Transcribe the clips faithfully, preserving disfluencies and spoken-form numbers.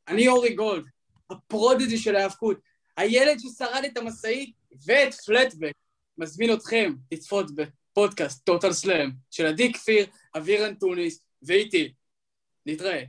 אני אורי גולד, הפרודג'י של ההאבקות, הילד ששרד את המשאית ואת פלטבק. מזמין אתכם לצפות בפודקאסט טוטל סלאם של עדי כפיר, אבירן טוניס ואיתי. נתראה.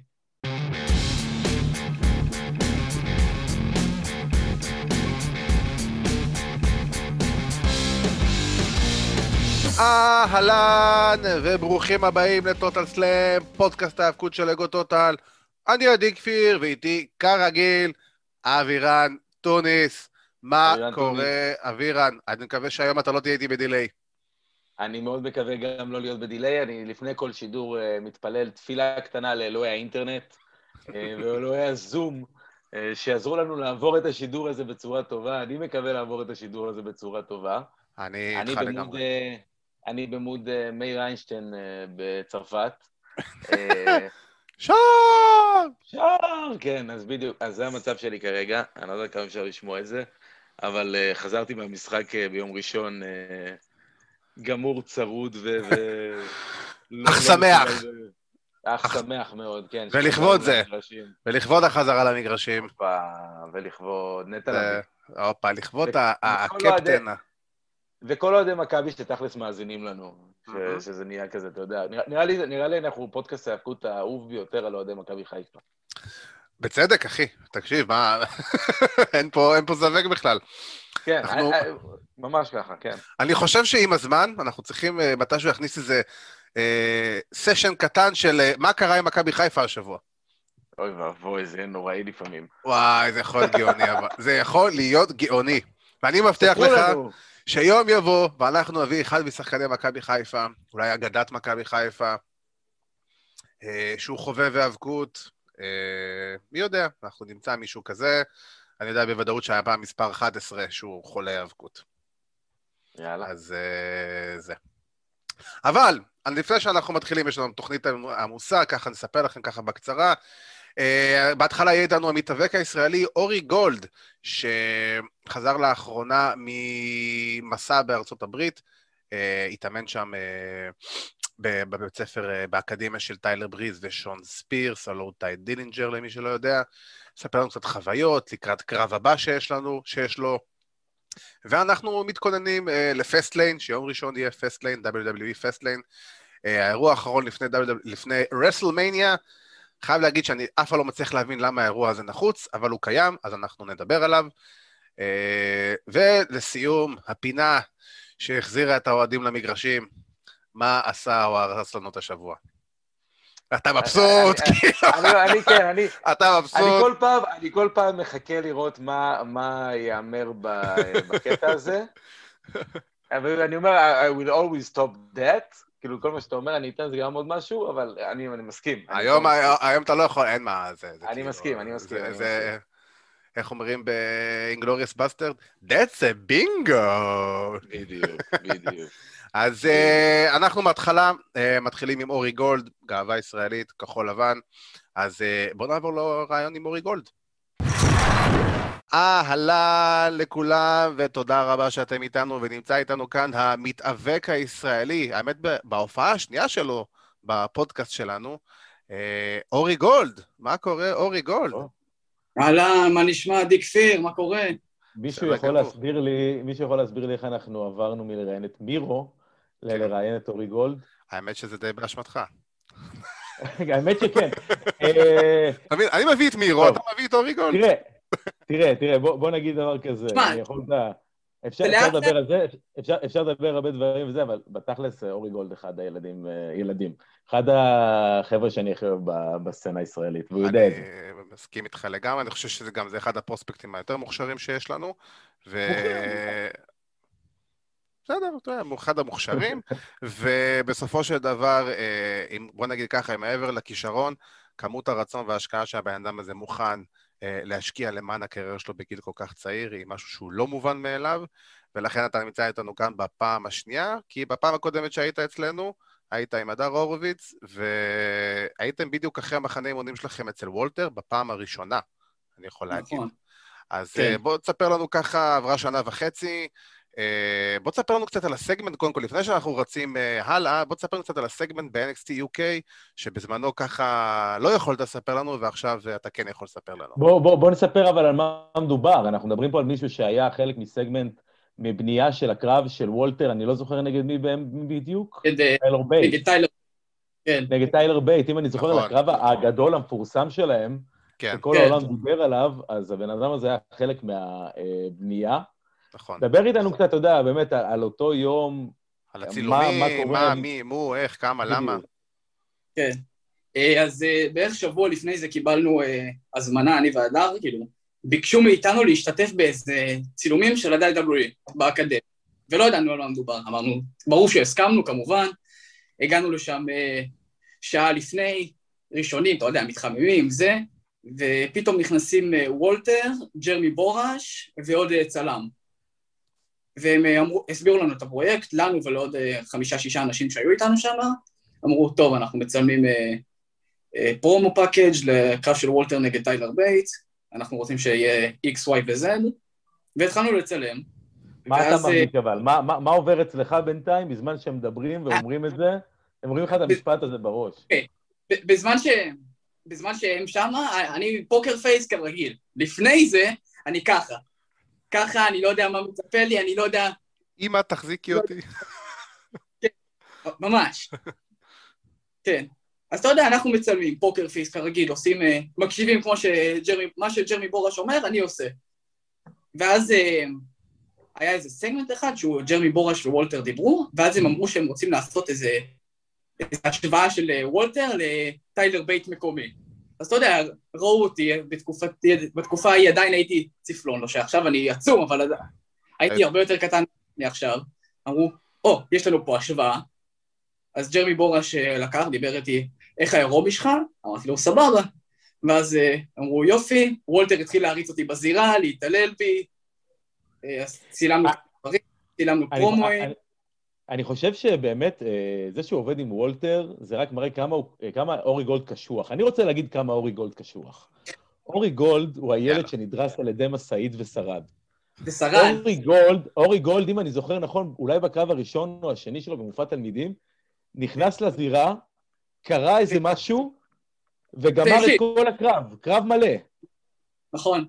אהלן וברוכים הבאים לטוטל סלאם, פודקאסט ההאבקות של לגו טוטל. אני עדי כפיר ואיתי כרגיל אבירן טוניס. מה קורה אבירן? אני מקווה שהיום אתה לא תהיה איתי בדיליי. אני מאוד מקווה גם לא להיות בדיליי. אני לפני כל שידור מתפלל תפילה קטנה לאלוהי האינטרנט ואלוהי הזום שיעזרו לנו לעבור את השידור הזה בצורה טובה. אני מקווה לעבור את השידור הזה בצורה טובה. אני איתך לגמרי. אני במוד מאיר איינשטיין בצרפת. שער! שער! כן, אז בדיוק, אז זה המצב שלי כרגע, אני לא יודע כמה אפשר לשמוע את זה, אבל חזרתי מהמשחק ביום ראשון גמור, צרוד ו... אך שמח. אך שמח מאוד, כן. ולכבוד זה, ולכבוד החזרה למגרשים. ולכבוד נטע לביא. אופה, לכבוד הקפטן. וכל עוד הם מכבי שתכלס מאזינים לנו, שזה נהיה כזה, אתה יודע. נראה לי, נראה לי אנחנו פודקאסט ההאבקות האהוב ביותר על אוהדי מכבי חיפה. בצדק, אחי. תקשיב, מה... אין פה, אין פה ספק בכלל. כן, ממש ככה, כן. אני חושב שעם הזמן, אנחנו צריכים מתישהו להכניס איזה סשן קטן של מה קרה עם מכבי חיפה השבוע. אוי ואבוי, זה נוראי לפעמים. וואי, זה יכול להיות גאוני, אבל... זה יכול להיות גאוני. ואני מבטיח לך... שיום יבוא, ואנחנו נביא אחד משחקני מכבי חיפה, אולי אגדת מכבי חיפה, שהוא חובב והאבקות, מי יודע, אנחנו נמצא מישהו כזה, אני יודע בוודאות שהיה פעם מספר אחת עשרה שהוא חולה האבקות. יאללה. אז זה. אבל, לפני שאנחנו מתחילים, יש לנו תוכנית עמוסה, ככה נספר לכם ככה בקצרה, Uh, בהתחלה יהיה איתנו המתאבק הישראלי אורי גולד, שחזר לאחרונה ממסע בארצות הברית, uh, התאמן שם uh, בבית ספר, uh, באקדמיה של טיילר בריז ושון ספירס, הלו טי דילינג'ר למי שלא יודע, ספר לנו קצת חוויות לקראת קרב הבא שיש לנו, שיש לו, ואנחנו מתכוננים uh, לפסטליין, שיום ראשון יהיה פסטליין, דאבליו דאבליו אי פסטליין, uh, האירוע האחרון לפני, לפני רסלמניה, חייב להגיד שאני אף פעם לא מצליח להבין למה האירוע הזה נחוץ, אבל הוא קיים, אז אנחנו נדבר עליו. ולסיום, הפינה שהחזירה את האוהדים למגרשים, מה עשה או הרס לנו את השבוע? אתה מבסוט, אני כן, אני... אתה מבסוט. אני כל פעם מחכה לראות מה יאמר בקטע הזה, אבל אני אומר, I will always stop that, כאילו, כל מה שאתה אומר, אני אתן זה גם עוד משהו, אבל אני, אני מסכים. היום, היום אתה לא יכול, אין מה, זה... אני מסכים, אני מסכים. זה, איך אומרים ב-Inglourious Bastard? That's a bingo! בדיוק, בדיוק. אז אנחנו מההתחלה מתחילים עם אורי גולד, גאווה ישראלית, כחול לבן, אז בואו נעבור לרעיון עם אורי גולד. אהלן לכולם, ותודה רבה שאתם איתנו, ונמצא איתנו כאן המתאבק הישראלי, האמת בהופעה השנייה שלו, בפודקאסט שלנו, אורי גולד. מה קורה, אורי גולד? אהלן, מה נשמע, עדי כפיר, מה קורה? מישהו יכול להסביר לי, מישהו יכול להסביר לי איך אנחנו עברנו מלראיין את מירו, לראיין את אורי גולד? האמת שזה די באשמתך. האמת שכן. אני מביא את מירו, אתה מביא את אורי גולד. תראה, תראה, תראה, בוא, בוא נגיד דבר כזה, אני יכול לדע, אפשר, אפשר לדבר על זה, אפשר, אפשר לדבר הרבה דברים וזה, אבל בתכלס אורי גולד אחד הילדים, ילדים, אחד החבר'ה שאני הכי אוהב בסצנה הישראלית, והוא יודע את זה. אני מסכים איתך לגמרי, אני חושב שזה גם, זה אחד הפרוספקטים היותר מוכשרים שיש לנו, ו... בסדר, הוא אחד המוכשרים, ובסופו של דבר, בוא נגיד ככה, מעבר לכישרון, כמות הרצון וההשקעה שהבן אדם הזה מוכן, להשקיע למען הקריירה שלו בגיל כל כך צעיר, היא משהו שהוא לא מובן מאליו, ולכן אתה נמצא איתנו כאן בפעם השנייה, כי בפעם הקודמת שהיית אצלנו, היית עם הדר הורוביץ, והייתם בדיוק אחרי המחנה אימונים שלכם אצל וולטר, בפעם הראשונה, אני יכול להגיד. נכון. אז כן. בוא תספר לנו ככה, עברה שנה וחצי, בוא תספר לנו קצת על הסגמנט, קודם כל, לפני שאנחנו רצים הלאה, בוא תספר לנו קצת על הסגמנט ב-אן אקס טי יו קיי, שבזמנו ככה לא יכולת לספר לנו, ועכשיו אתה כן יכול לספר לנו. בוא, בוא, בוא נספר אבל על מה מדובר. אנחנו מדברים פה על מישהו שהיה חלק מסגמנט מבנייה של הקרב של וולטר, אני לא זוכר נגד מי בדיוק? טיילר בייט. נגד טיילר, כן. נגד טיילר בייט, אם אני זוכר על הקרב הגדול המפורסם שלהם, שכל העולם דיבר עליו, אז הבן אדם הזה היה חלק מהבנייה. נכון. דבר איתנו קצת, אתה יודע, באמת, על אותו יום, על הצילומים, מה, מי, מו, איך, כמה, למה. כן. אז בערך שבוע לפני זה קיבלנו הזמנה, אני והדר, כאילו, ביקשו מאיתנו להשתתף באיזה צילומים של ה-דאבליו דאבליו אי באקדמיה, ולא ידענו על מה מדובר, אמרנו, ברור שהסכמנו כמובן, הגענו לשם שעה לפני, ראשונים, אתה יודע, מתחממים, זה, ופתאום נכנסים וולטר, ג'רמי בורש ועוד צלם. והם אמרו, הסבירו לנו את הפרויקט, לנו ולעוד חמישה-שישה אנשים שהיו איתנו שם, אמרו, טוב, אנחנו מצלמים אה, אה, פרומו פאקג' לקרב של וולטר נגד טיילר בייט, אנחנו רוצים שיהיה X, Y ו-Z, והתחלנו לצלם. מה ואז, אתה מרגיש אבל? מה, מה, מה עובר אצלך בינתיים, בזמן שהם מדברים ואומרים את זה? הם אומרים לך את המשפט הזה בראש. בזמן ש... בזמן שהם שם, אני פוקר פייס כרגיל. לפני זה, אני ככה. ככה, אני לא יודע מה מצפה לי, אני לא יודע... אמא, תחזיקי אותי. כן, ממש. כן. אז אתה יודע, אנחנו מצלמים, פוקר פייס כרגיל, עושים, מקשיבים כמו שג'רמי, מה שג'רמי בורש אומר, אני עושה. ואז היה איזה סגמנט אחד, שהוא ג'רמי בורש ווולטר דיברו, ואז הם אמרו שהם רוצים לעשות איזה... השוואה של וולטר לטיילר בייט מקומי. אז אתה יודע, ראו אותי, בתקופה ההיא עדיין הייתי צפלון, לא שעכשיו אני עצום, אבל הייתי הרבה יותר קטן מעכשיו. אמרו, או, יש לנו פה השוואה. אז ג'רמי בורש לקח, דיבר איתי, איך האירובי שלך? אמרתי לו, סבבה. ואז אמרו, יופי, וולטר התחיל להריץ אותי בזירה, להתעלל בי, אז צילמנו דברים, צילמנו פרומואים. אני חושב שבאמת, זה שהוא עובד עם וולטר, זה רק מראה כמה, כמה אורי גולד קשוח. אני רוצה להגיד כמה אורי גולד קשוח. אורי גולד הוא הילד שנדרס על ידי משאית ושרד. ושרד. אורי גולד, אורי גולד, אם אני זוכר נכון, אולי בקרב הראשון או השני שלו במופע תלמידים, נכנס לזירה, קרא איזה משהו, וגמר את כל הקרב, קרב מלא. נכון.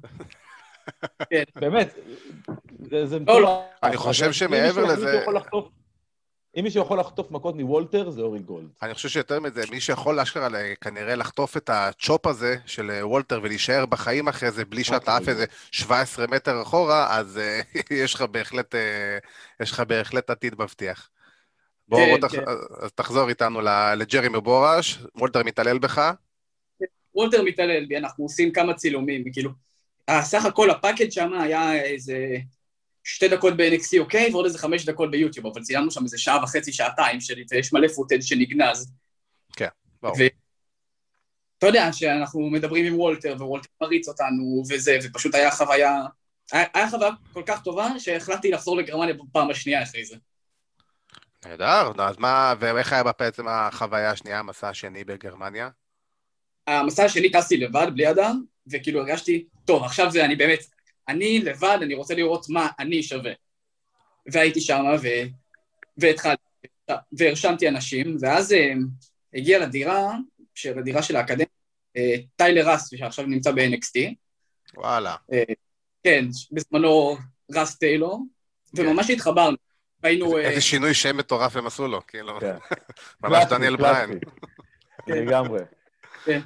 באמת, זה... אני חושב שמעבר לזה... אם מישהו יכול לחטוף מכות מוולטר, זה אורי גולד. אני חושב שיותר מזה, מי שיכול אשכרה כנראה לחטוף את הצ'ופ הזה של וולטר ולהישאר בחיים אחרי זה, בלי שאתה עף איזה שבע עשרה מטר אחורה, אז יש לך בהחלט, יש לך בהחלט עתיד מבטיח. בואו תחזור איתנו לג'רמי בורש, וולטר מתעלל בך? וולטר מתעלל בי, אנחנו עושים כמה צילומים, וכאילו, סך הכל הפאקד שם היה איזה... שתי דקות ב-אן אקס טי יו קיי ועוד איזה חמש דקות ביוטיוב, אבל צילמנו שם איזה שעה וחצי, שעתיים, ויש מלא פוטאג' שנגנז. כן, ברור. ואתה יודע שאנחנו מדברים עם וולטר, ווולטר מריץ אותנו וזה, ופשוט היה חוויה, היה חוויה כל כך טובה, שהחלטתי לחזור לגרמניה בפעם השנייה אחרי זה. נהדר, אז מה, ואיך היה בעצם החוויה השנייה, המסע השני בגרמניה? המסע השני טסתי לבד, בלי אדם, וכאילו הרגשתי, טוב, עכשיו זה אני באמת... אני לבד, אני רוצה לראות מה אני שווה. והייתי שם, ו... והתחלתי, והרשמתי אנשים, ואז הגיע לדירה, לדירה של האקדמיה, טיילר רס, שעכשיו נמצא ב-אן אקס טי. וואלה. כן, בזמנו רס טיילור, וממש התחברנו. היינו... איזה שינוי שם מטורף הם עשו לו, כאילו. ממש דניאל בריין. לגמרי. כן.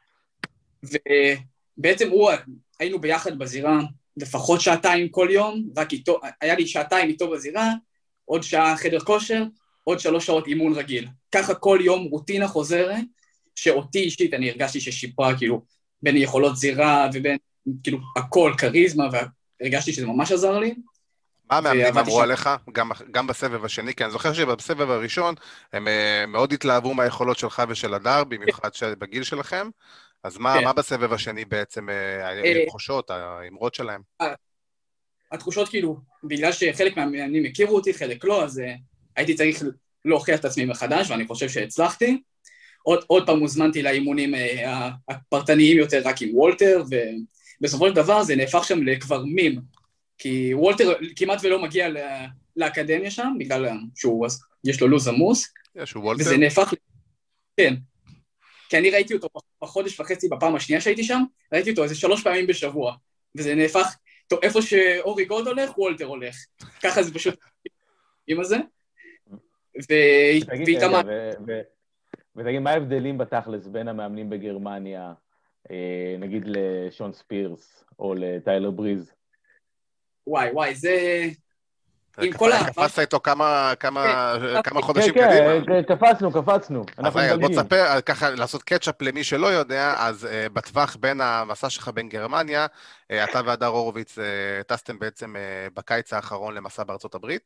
ובעצם הוא, היינו ביחד בזירה, לפחות שעתיים כל יום, רק איתו, היה לי שעתיים איתו בזירה, עוד שעה חדר כושר, עוד שלוש שעות אימון רגיל. ככה כל יום רוטינה חוזרת, שאותי אישית אני הרגשתי ששיפרה, כאילו, בין יכולות זירה ובין, כאילו, הכל, קריזמה, והרגשתי שזה ממש עזר לי. מה המאמנים אמרו עליך, גם, גם בסבב השני? כי אני זוכר שבסבב הראשון, הם מאוד התלהבו מהיכולות שלך ושל הדר, במיוחד בגיל שלכם, אז מה, מה בסבב השני בעצם, התחושות, האמרות שלהם? התחושות כאילו, בגלל שחלק מהמאמנים הכירו אותי, חלק לא, אז הייתי צריך להוכיח את עצמי מחדש, ואני חושב שהצלחתי. עוד, עוד פעם הוזמנתי לאימונים הפרטניים יותר רק עם וולטר, ובסופו של דבר זה נהפך שם לכבר מים, כי וולטר כמעט ולא מגיע לאקדמיה שם, בגלל שהוא, יש לו לוז עמוס. יש, הוא וולטר? וזה נהפך, כן. כי אני ראיתי אותו בחודש וחצי בפעם השנייה שהייתי שם, ראיתי אותו איזה שלוש פעמים בשבוע, וזה נהפך, טוב, איפה שאורי גולד הולך, וולטר הולך. ככה זה פשוט עם הזה. ואיתמה... ותגיד, מה ההבדלים בתכלס בין המאמנים בגרמניה, נגיד לשון ספירס, או לטיילר בריז? וואי, וואי, זה... עם כל ה... קפצת איתו כמה חודשים קדימה. כן, קפצנו, קפצנו. אז רגע, בוא תספר, ככה לעשות קאצ'אפ למי שלא יודע, אז בטווח בין המסע שלך בין גרמניה, אתה והדר הורוביץ טסתם בעצם בקיץ האחרון למסע בארצות הברית,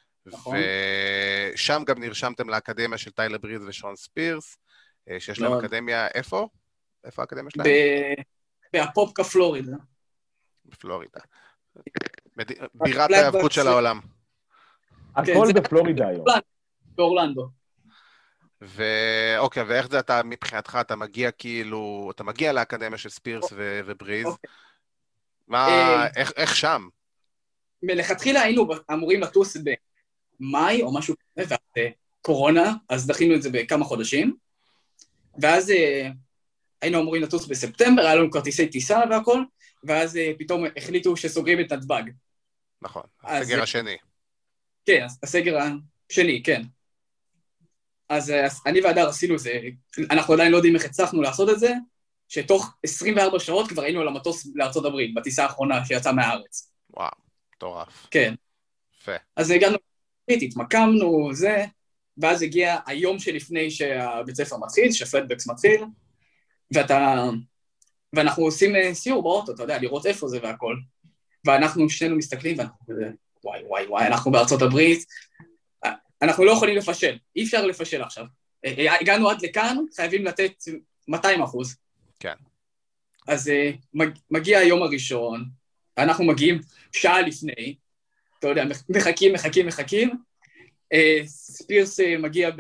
ושם גם נרשמתם לאקדמיה של טיילר בריז ושון ספירס, שיש להם אקדמיה, איפה? איפה האקדמיה שלהם? באפופקה, פלורידה. בפלורידה. בירת ההיאבקות של העולם. הכל בפלורידה היום. באורלנדו. ואוקיי, ואיך זה אתה, מבחינתך, אתה מגיע כאילו, אתה מגיע לאקדמיה של ספירס ובריז, מה, איך שם? מלכתחילה היינו אמורים לטוס במאי או משהו כזה, ואז קורונה, אז דחינו את זה בכמה חודשים, ואז היינו אמורים לטוס בספטמבר, היה לנו כרטיסי טיסה והכל, ואז פתאום החליטו שסוגרים את נתב"ג. נכון, הסגר השני. כן, הסגר השני, כן. אז אני והדר עשינו זה, אנחנו עדיין לא יודעים איך הצלחנו לעשות את זה, שתוך עשרים וארבע שעות כבר היינו על המטוס לארצות הברית, בטיסה האחרונה שיצאה מהארץ. וואו, מטורף. כן. יפה. אז הגענו, התמקמנו, זה, ואז הגיע היום שלפני שהבית ספר מתחיל, שפלטבקס מתחיל, ואתה... ואנחנו עושים סיור באוטו, אתה יודע, לראות איפה זה והכל. ואנחנו שנינו מסתכלים, ואנחנו כזה, וואי, וואי, וואי, אנחנו בארצות הברית, אנחנו לא יכולים לפשל, אי אפשר לפשל עכשיו. הגענו עד לכאן, חייבים לתת מאתיים אחוז. כן. אז מגיע היום הראשון, אנחנו מגיעים שעה לפני, אתה יודע, מחכים, מחכים, מחכים, ספירס מגיע ב...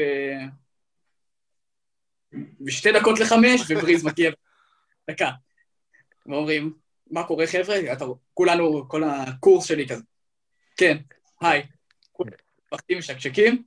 בשתי דקות לחמש, ובריז מגיע דקה. ואומרים, מה קורה חבר'ה? אתה, כולנו, כל הקורס שלי כזה. כן, היי. פחדים משקשקים.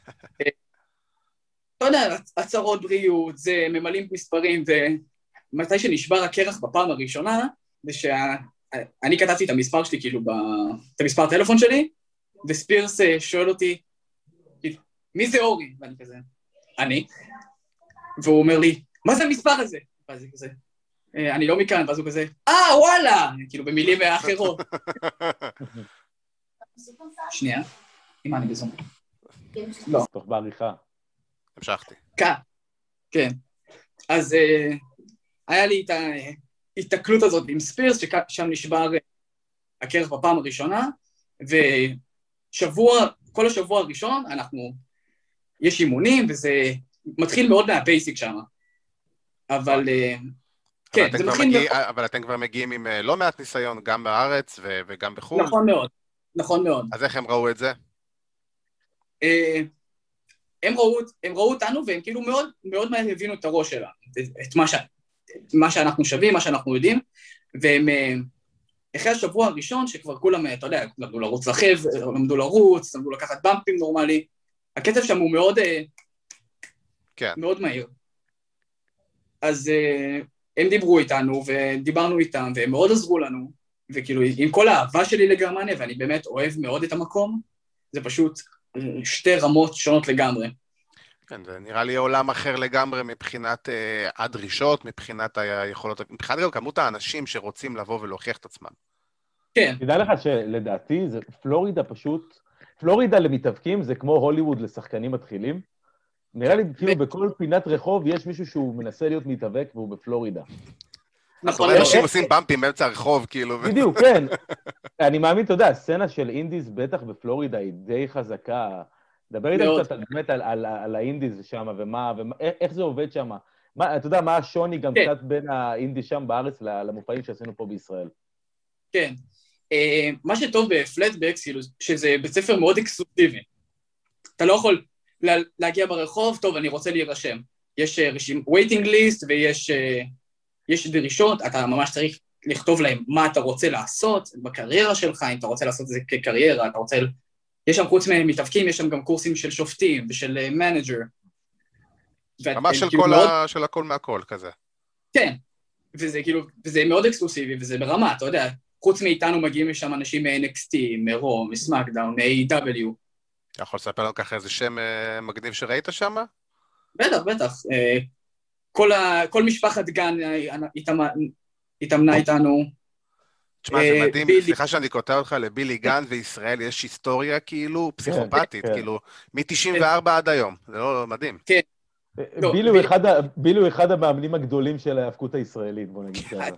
אתה יודע, הצהרות בריאות, זה ממלאים מספרים, ומתי שנשבר הקרח בפעם הראשונה, זה שאני כתבתי את המספר שלי, כאילו, את המספר הטלפון שלי, וספירס שואל אותי, מי זה אורי? ואני כזה, אני. והוא אומר לי, מה זה המספר הזה? ואז זה כזה, אני לא מכאן, ואז הוא כזה, אה, וואלה! כאילו, במילים האחרות. שנייה, אם אני בזום. לא. תוך בעריכה. המשכתי. כן, כן. אז היה לי את ההתקלות הזאת עם ספירס, ששם נשבר הקרח בפעם הראשונה, ושבוע, כל השבוע הראשון, אנחנו, יש אימונים, וזה מתחיל מאוד מהבייסיק שם. אבל... כן, זה מתחיל מאוד... אבל אתם כבר מגיעים עם לא מעט ניסיון, גם בארץ וגם בחו"ל. נכון מאוד, נכון מאוד. אז איך הם ראו את זה? הם ראו, הם ראו אותנו, והם כאילו מאוד, מאוד מהר הבינו את הראש שלה, את מה, ש... מה שאנחנו שווים, מה שאנחנו יודעים, והם, אחרי השבוע הראשון, שכבר כולם, אתה יודע, למדו לרוץ לחב, למדו לרוץ, למדו לקחת במפים נורמלי, הקצב שם הוא מאוד, כן. מאוד מהיר. אז הם דיברו איתנו, ודיברנו איתם, והם מאוד עזרו לנו, וכאילו, עם כל האהבה שלי לגרמניה, ואני באמת אוהב מאוד את המקום, זה פשוט שתי רמות שונות לגמרי. כן, זה נראה לי עולם אחר לגמרי מבחינת אה, הדרישות, מבחינת היכולות, מבחינת גם כמות האנשים שרוצים לבוא ולהוכיח את עצמם. כן. תדע לך שלדעתי, זה, פלורידה פשוט, פלורידה למתאבקים זה כמו הוליווד לשחקנים מתחילים. נראה לי כאילו בכל פינת רחוב יש מישהו שהוא מנסה להיות מתאבק והוא בפלורידה. נכון, אנשים עושים במפים באמצע הרחוב, כאילו. בדיוק, כן. אני מאמין, אתה יודע, הסצנה של אינדיז בטח בפלורידה היא די חזקה. דבר איתם קצת באמת על האינדיז שם, ומה, איך זה עובד שם. אתה יודע, מה השוני גם קצת בין האינדיז שם בארץ למופעים שעשינו פה בישראל. כן. מה שטוב בפלטבקס, שזה בית ספר מאוד אקסקלוסיבי. אתה לא יכול להגיע ברחוב, טוב, אני רוצה להירשם. יש רשימה, waiting list, ויש... יש דרישות, אתה ממש צריך לכתוב להם מה אתה רוצה לעשות בקריירה שלך, אם אתה רוצה לעשות את זה כקריירה, אתה רוצה... יש שם חוץ ממתאבקים, יש שם גם קורסים של שופטים ושל מנג'ר. ממש של כל ה... של הכל מהכל כזה. כן, וזה כאילו, וזה מאוד אקסקלוסיבי, וזה ברמה, אתה יודע, חוץ מאיתנו מגיעים לשם אנשים מ-אן אקס טי, מרו, מסמאקדאון, מ-איי אי דאבליו. אתה יכול לספר לנו ככה איזה שם מגניב שראית שם? בטח, בטח. כל, ה... כל משפחת גן התאמנה איתנו. תשמע, זה מדהים, סליחה שאני כותב אותך, לבילי גן וישראל יש היסטוריה כאילו פסיכופתית, כאילו, מ-תשעים וארבע עד היום, זה לא מדהים. כן. בילי הוא אחד המאמנים הגדולים של ההאבקות הישראלית, בוא נגיד ככה.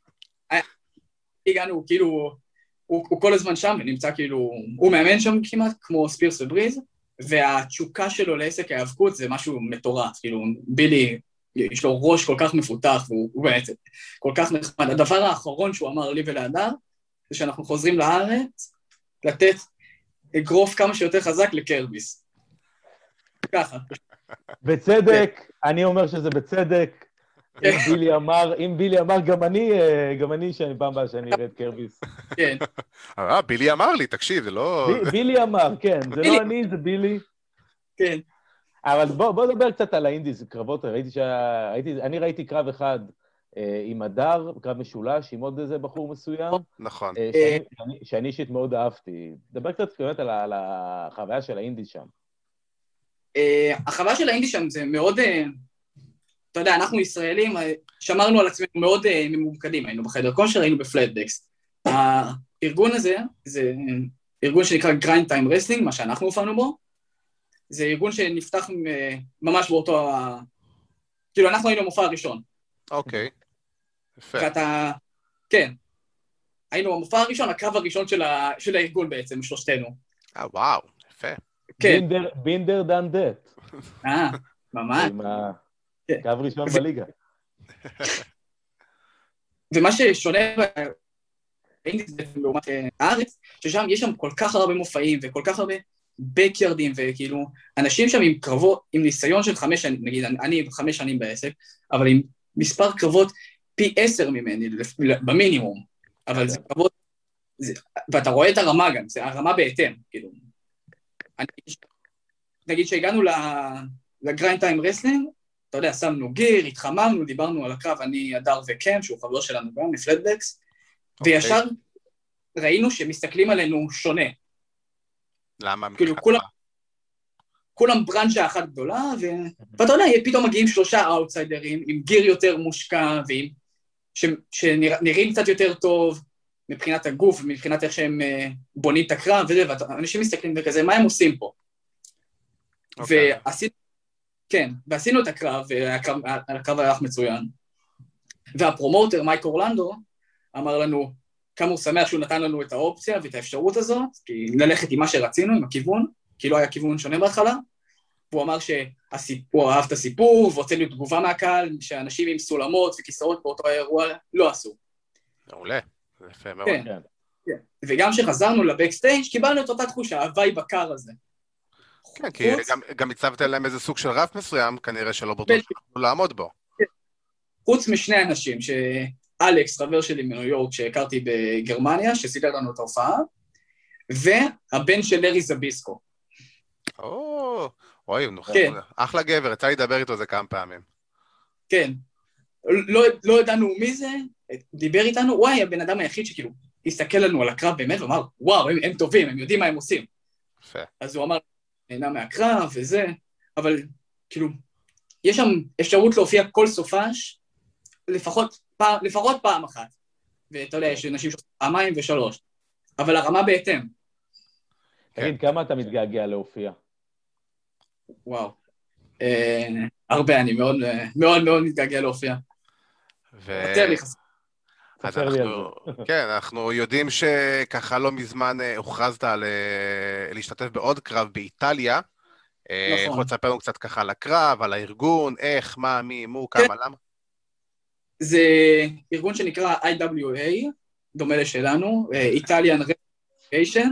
הגענו, כאילו, הוא כל הזמן שם ונמצא כאילו, הוא מאמן שם כמעט, כמו ספירס ובריז, והתשוקה שלו לעסק ההאבקות זה משהו מטורף, כאילו, בילי, יש לו ראש כל כך מפותח, והוא באמת כל כך נחמד. הדבר האחרון שהוא אמר לי ולהדר, זה שאנחנו חוזרים לארץ, לתת אגרוף כמה שיותר חזק לקרביס. ככה. בצדק, אני אומר שזה בצדק. אם בילי אמר, אם בילי אמר, גם אני, גם אני, שאני פעם באה שאני אראה את קרביס. כן. אה, בילי אמר לי, תקשיב, זה לא... בילי אמר, כן, זה לא אני, זה בילי. כן. אבל בוא, בוא נדבר קצת על האינדיז, קרבות, ראיתי שה... ראיתי, אני ראיתי קרב אחד אה, עם הדר, קרב משולש, עם עוד איזה בחור מסוים. נכון. אה, שאני, שאני, שאני אישית מאוד אהבתי. דבר קצת באמת על, על החוויה של האינדיז שם. אה, החוויה של האינדיז שם זה מאוד, אה, אתה יודע, אנחנו ישראלים, שמרנו על עצמנו מאוד אה, ממוקדים, היינו בחדר כושר, היינו בפלטבקס. הארגון הזה, זה ארגון שנקרא Grind Time Wrestling, מה שאנחנו הופענו בו, זה ארגון שנפתח ממש באותו, כאילו אנחנו היינו המופע הראשון. אוקיי, יפה. ואתה, כן, היינו המופע הראשון, הקרב הראשון של, ה... של הארגון בעצם, שלושתנו. אה, וואו, יפה. כן. בינדר דן דט. אה, ממש. עם הקרב ראשון בליגה. ומה ששונה באינדיז לעומת הארץ, ששם יש שם כל כך הרבה מופעים וכל כך הרבה בקיארדים, וכאילו, אנשים שם עם קרבות, עם ניסיון של חמש שנים, נגיד, אני חמש שנים בעסק, אבל עם מספר קרבות פי עשר ממני, במינימום, אבל זה קרבות, זה, ואתה רואה את הרמה גם, זה הרמה בהתאם, כאילו. אני, נגיד שהגענו לגריינד טיים רסלינג, אתה יודע, שמנו גיר, התחממנו, דיברנו על הקרב, אני, הדר וקם, שהוא חבר שלנו גם, מפלטבקס, okay. וישר ראינו שמסתכלים עלינו שונה. למה? כאילו, כולם, כולם ברנצ'ה אחת גדולה, ו... ואתה יודע, פתאום מגיעים שלושה אאוטסיידרים, עם גיר יותר מושקע, ועם... ש... שנראים קצת יותר טוב, מבחינת הגוף, מבחינת איך שהם בונים את הקרב, וזה, ואנשים מסתכלים וכזה, מה הם עושים פה? Okay. ועשינו, כן, ועשינו את הקרב, והקרב, הקרב היה מצוין, והפרומוטר, מייק אורלנדו, אמר לנו, כמה הוא שמח שהוא נתן לנו את האופציה ואת האפשרות הזאת, כי ללכת עם מה שרצינו, עם הכיוון, כי לא היה כיוון שונה בהתחלה, והוא אמר שהוא אהב את הסיפור, והוצא לי תגובה מהקהל, שאנשים עם סולמות וכיסאות באותו האירוע לא עשו. מעולה, זה יפה מאוד. כן, כן. וגם כשחזרנו לבקסטייג' קיבלנו את אותה תחושה, הוואי בקר הזה. כן, כי גם הצבת להם איזה סוג של רף מסוים, כנראה שלא בטוח שיכולו לעמוד בו. חוץ משני אנשים, שאלכס, חבר שלי מניו יורק, שהכרתי בגרמניה, שסידר לנו את ההופעה, והבן של לארי זביסקו. או, אוי, אחלה גבר, יצא לי לדבר איתו זה כמה פעמים. כן, לא ידענו מי זה, דיבר איתנו, וואי, הבן אדם היחיד שכאילו, הסתכל לנו על הקרב באמת, ואמר, וואו, הם טובים, הם יודעים מה הם עושים. אז הוא אמר, נהנה מהקרב וזה, אבל כאילו, יש שם אפשרות להופיע כל סופש, לפחות פעם, לפחות פעם אחת. ואתה יודע, יש אנשים שעושים פעמיים ושלוש. אבל הרמה בהתאם. תגיד, כמה אתה מתגעגע להופיע? וואו. הרבה, אני מאוד מאוד מאוד מתגעגע להופיע. יותר לי חסר. אז אנחנו, כן, אנחנו יודעים שככה לא מזמן הוכרזת להשתתף בעוד קרב באיטליה. נכון. יכול לספר לנו קצת ככה על הקרב, על הארגון, איך, מה, מי, מו, כמה, למה? זה ארגון שנקרא איי דאבליו איי, דומה לשלנו, Italian Representation,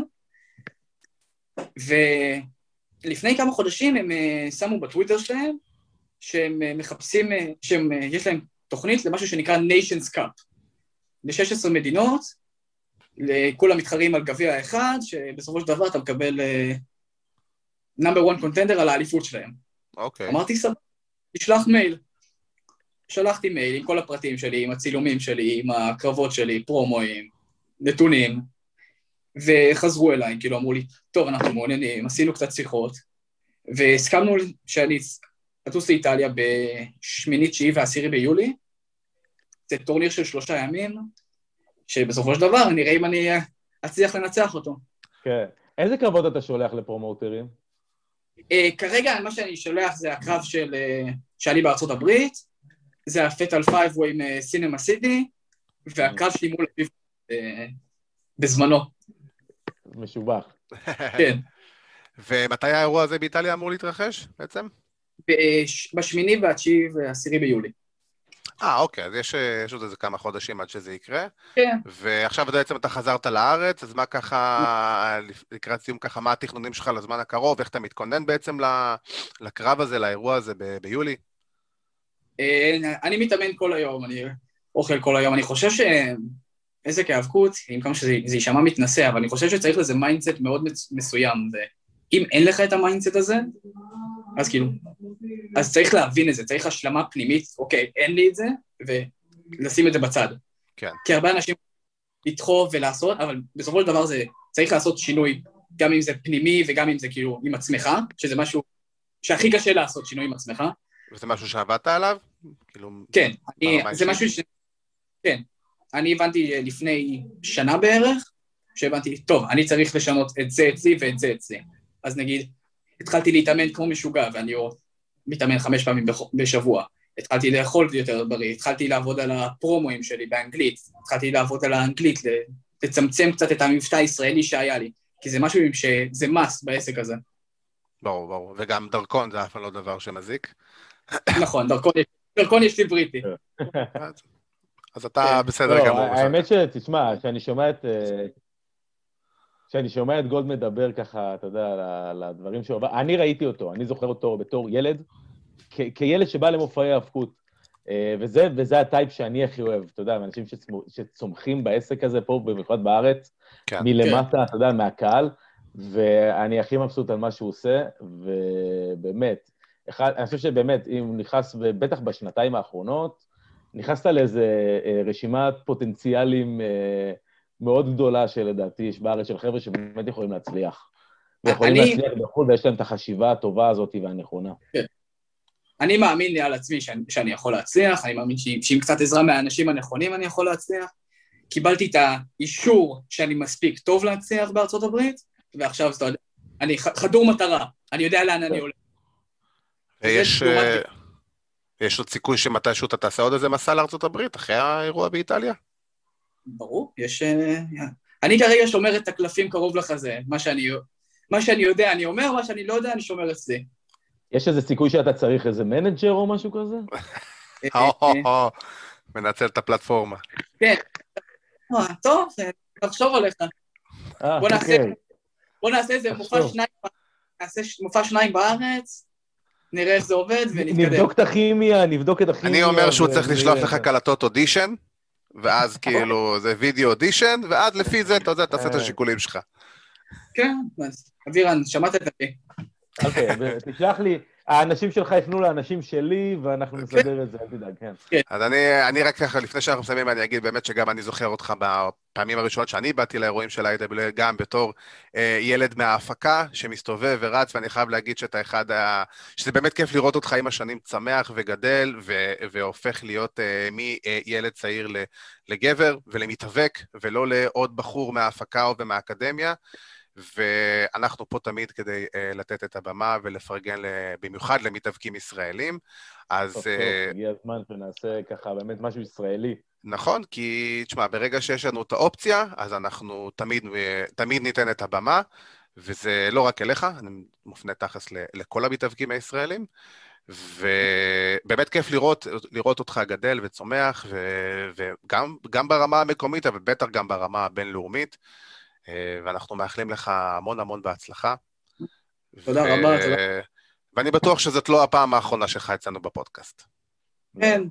ולפני כמה חודשים הם שמו בטוויטר שלהם, שהם מחפשים, שיש להם תוכנית למשהו שנקרא Nations Cup. ל-שש עשרה מדינות, לכולם מתחרים על גביע האחד, שבסופו של דבר אתה מקבל נאמבר וואן קונטנדר על האליפות שלהם. אוקיי. אמרתי, סבבה, תשלח מייל. שלחתי מייל עם כל הפרטים שלי, עם הצילומים שלי, עם הקרבות שלי, פרומואים, נתונים, וחזרו אליי, כאילו אמרו לי, טוב, אנחנו מעוניינים, עשינו קצת שיחות, והסכמנו שאני אטוס לאיטליה בשמיני, תשיעי ועשירי ביולי, זה טורניר של שלושה ימים, שבסופו של דבר נראה אם אני אצליח לנצח אותו. כן. איזה קרבות אתה שולח לפרומוטרים? כרגע מה שאני שולח זה הקרב של שהיה בארצות הברית, זה הפטל פייב עם סינמה סיטי, והקרב שלי מול אביב בזמנו. משובח. כן. ומתי האירוע הזה באיטליה אמור להתרחש בעצם? בשמיני והתשיעי ועשירי ביולי. אה, אוקיי, אז יש, יש עוד איזה כמה חודשים עד שזה יקרה. כן. ועכשיו בעצם אתה חזרת לארץ, אז מה ככה, לקראת סיום ככה, מה התכנונים שלך לזמן הקרוב, איך אתה מתכונן בעצם לקרב הזה, לאירוע הזה ב- ביולי? אני מתאמן כל היום, אני אוכל כל היום, אני חושב ש... איזה כהאבקות, עם כמה שזה יישמע מתנשא, אבל אני חושב שצריך לזה מיינדסט מאוד מסוים, ואם אין לך את המיינדסט הזה, אז כאילו, אז צריך להבין את זה, צריך השלמה פנימית, אוקיי, אין לי את זה, ולשים את זה בצד. כן. כי הרבה אנשים לדחוף ולעשות, אבל בסופו של דבר זה צריך לעשות שינוי, גם אם זה פנימי וגם אם זה כאילו עם עצמך, שזה משהו שהכי קשה לעשות שינוי עם עצמך. וזה משהו שעבדת עליו? כאילו... כן, אני, זה משהו ש... כן. אני הבנתי לפני שנה בערך, שהבנתי, טוב, אני צריך לשנות את זה אצלי ואת זה אצלי. אז נגיד, התחלתי להתאמן כמו משוגע, ואני מתאמן חמש פעמים בשבוע. התחלתי לאכול יותר בריא, התחלתי לעבוד על הפרומואים שלי באנגלית, התחלתי לעבוד על האנגלית, לצמצם קצת את המבטא הישראלי שהיה לי, כי זה משהו שזה מס בעסק הזה. ברור, ברור, וגם דרכון זה אף לא דבר שמזיק. נכון, דרכון, דרכון יש לי בריטי. אז אתה בסדר גמור. האמת שתשמע, כשאני שומע את... כשאני שומע את גולד מדבר ככה, אתה יודע, על הדברים שהוא... אני ראיתי אותו, אני זוכר אותו בתור ילד, כילד שבא למופעי האבקות, וזה, וזה הטייפ שאני הכי אוהב, אתה יודע, אנשים שצומחים בעסק הזה פה, במיוחד בארץ, מלמטה, אתה יודע, מהקהל, ואני הכי מבסוט על מה שהוא עושה, ובאמת, אני חושב שבאמת, אם הוא נכנס, בטח בשנתיים האחרונות, נכנסת לאיזה רשימת פוטנציאלים מאוד גדולה שלדעתי יש בארץ של חבר'ה שבאמת יכולים להצליח. ויכולים אני... להצליח בחו"ל, ויש להם את החשיבה הטובה הזאת והנכונה. כן. אני מאמין לי על עצמי שאני, שאני יכול להצליח, אני מאמין שעם קצת עזרה מהאנשים הנכונים אני יכול להצליח. קיבלתי את האישור שאני מספיק טוב להצליח בארצות הברית, ועכשיו אתה יודע, אני חדור מטרה, אני יודע לאן אני הולך. ויש... יש עוד סיכוי שמתישהו אתה תעשה עוד איזה מסע לארצות הברית, אחרי האירוע באיטליה? ברור, יש... אני כרגע שומר את הקלפים קרוב לחזה, מה שאני, מה שאני יודע אני אומר, מה שאני לא יודע אני שומר את זה. יש איזה סיכוי שאתה צריך איזה מנג'ר או משהו כזה? מנצל את הפלטפורמה. כן. טוב, תחשוב עליך. בוא נעשה איזה מופע שניים, נעשה מופע שניים בארץ, נראה איך זה עובד ונתקדם. נבדוק את הכימיה, נבדוק את הכימיה. אני אומר שהוא צריך לשלוח לך קלטות אודישן, ואז כאילו זה וידאו אודישן, ועד לפי זה אתה תעשה את השיקולים שלך. כן, אז אבירן, שמעת את זה. אוקיי, תשלח לי, האנשים שלך יפנו לאנשים שלי, ואנחנו נסדר את זה, אל תדאג, כן. אז אני רק ככה, לפני שאנחנו מסיימים, אני אגיד באמת שגם אני זוכר אותך בפעמים הראשונות שאני באתי לאירועים של ה-איי דאבליו איי, גם בתור ילד מההפקה שמסתובב ורץ, ואני חייב להגיד שאתה אחד ה... שזה באמת כיף לראות אותך עם השנים צמח וגדל, והופך להיות מילד צעיר לגבר ולמתאבק, ולא לעוד בחור מההפקה או מהאקדמיה. ואנחנו פה תמיד כדי uh, לתת את הבמה ולפרגן במיוחד למתאבקים ישראלים. אז... טוב, טוב, הגיע הזמן שנעשה ככה באמת משהו ישראלי. נכון, כי תשמע, ברגע שיש לנו את האופציה, אז אנחנו תמיד, תמיד ניתן את הבמה, וזה לא רק אליך, אני מופנה תחס לכל המתאבקים הישראלים, ובאמת כיף לראות, לראות אותך גדל וצומח, וגם גם ברמה המקומית, אבל בטח גם ברמה הבינלאומית, ואנחנו מאחלים לך המון המון בהצלחה. תודה רבה, תודה. ואני בטוח שזאת לא הפעם האחרונה שלך אצלנו בפודקאסט. כן, תודה.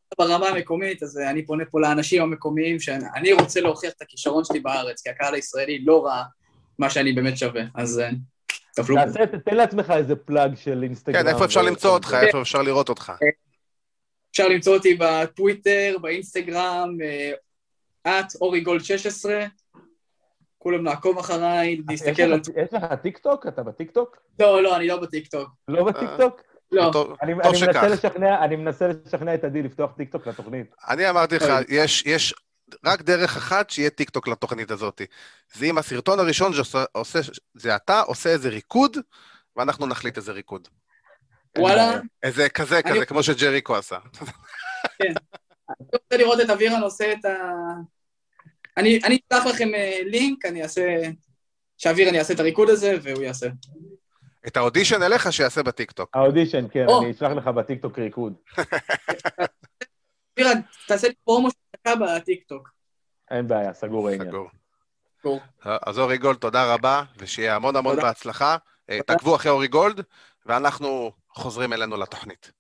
ברמה המקומית, אז אני פונה פה לאנשים המקומיים, שאני רוצה להוכיח את הכישרון שלי בארץ, כי הקהל הישראלי לא ראה מה שאני באמת שווה, אז תפלו בזה. תן לעצמך איזה פלאג של אינסטגרם. כן, איפה אפשר למצוא אותך, איפה אפשר לראות אותך? אפשר למצוא אותי בטוויטר, באינסטגרם, את אורי גולד שש עשרה, כולם לעקוב אחריי, להסתכל על... יש לך טיקטוק? אתה בטיקטוק? לא, לא, אני לא בטיקטוק. לא בטיקטוק? לא. אני מנסה לשכנע את עדי לפתוח טיקטוק לתוכנית. אני אמרתי לך, יש רק דרך אחת שיהיה טיקטוק לתוכנית הזאת. זה אם הסרטון הראשון זה אתה עושה איזה ריקוד, ואנחנו נחליט איזה ריקוד. וואלה. איזה כזה, כזה, כמו שג'ריקו עשה. כן. אני רוצה לראות את אבירן עושה את ה... אני אשלח לכם לינק, אני אעשה... שאבירן יעשה את הריקוד הזה, והוא יעשה. את האודישן אליך שיעשה בטיקטוק. האודישן, כן, אני אשלח לך בטיקטוק ריקוד. אבירן, תעשה לי פרומו שלך בטיקטוק. אין בעיה, סגור העניין. סגור. אז אורי גולד, תודה רבה, ושיהיה המון המון בהצלחה. תעקבו אחרי אורי גולד, ואנחנו חוזרים אלינו לתוכנית.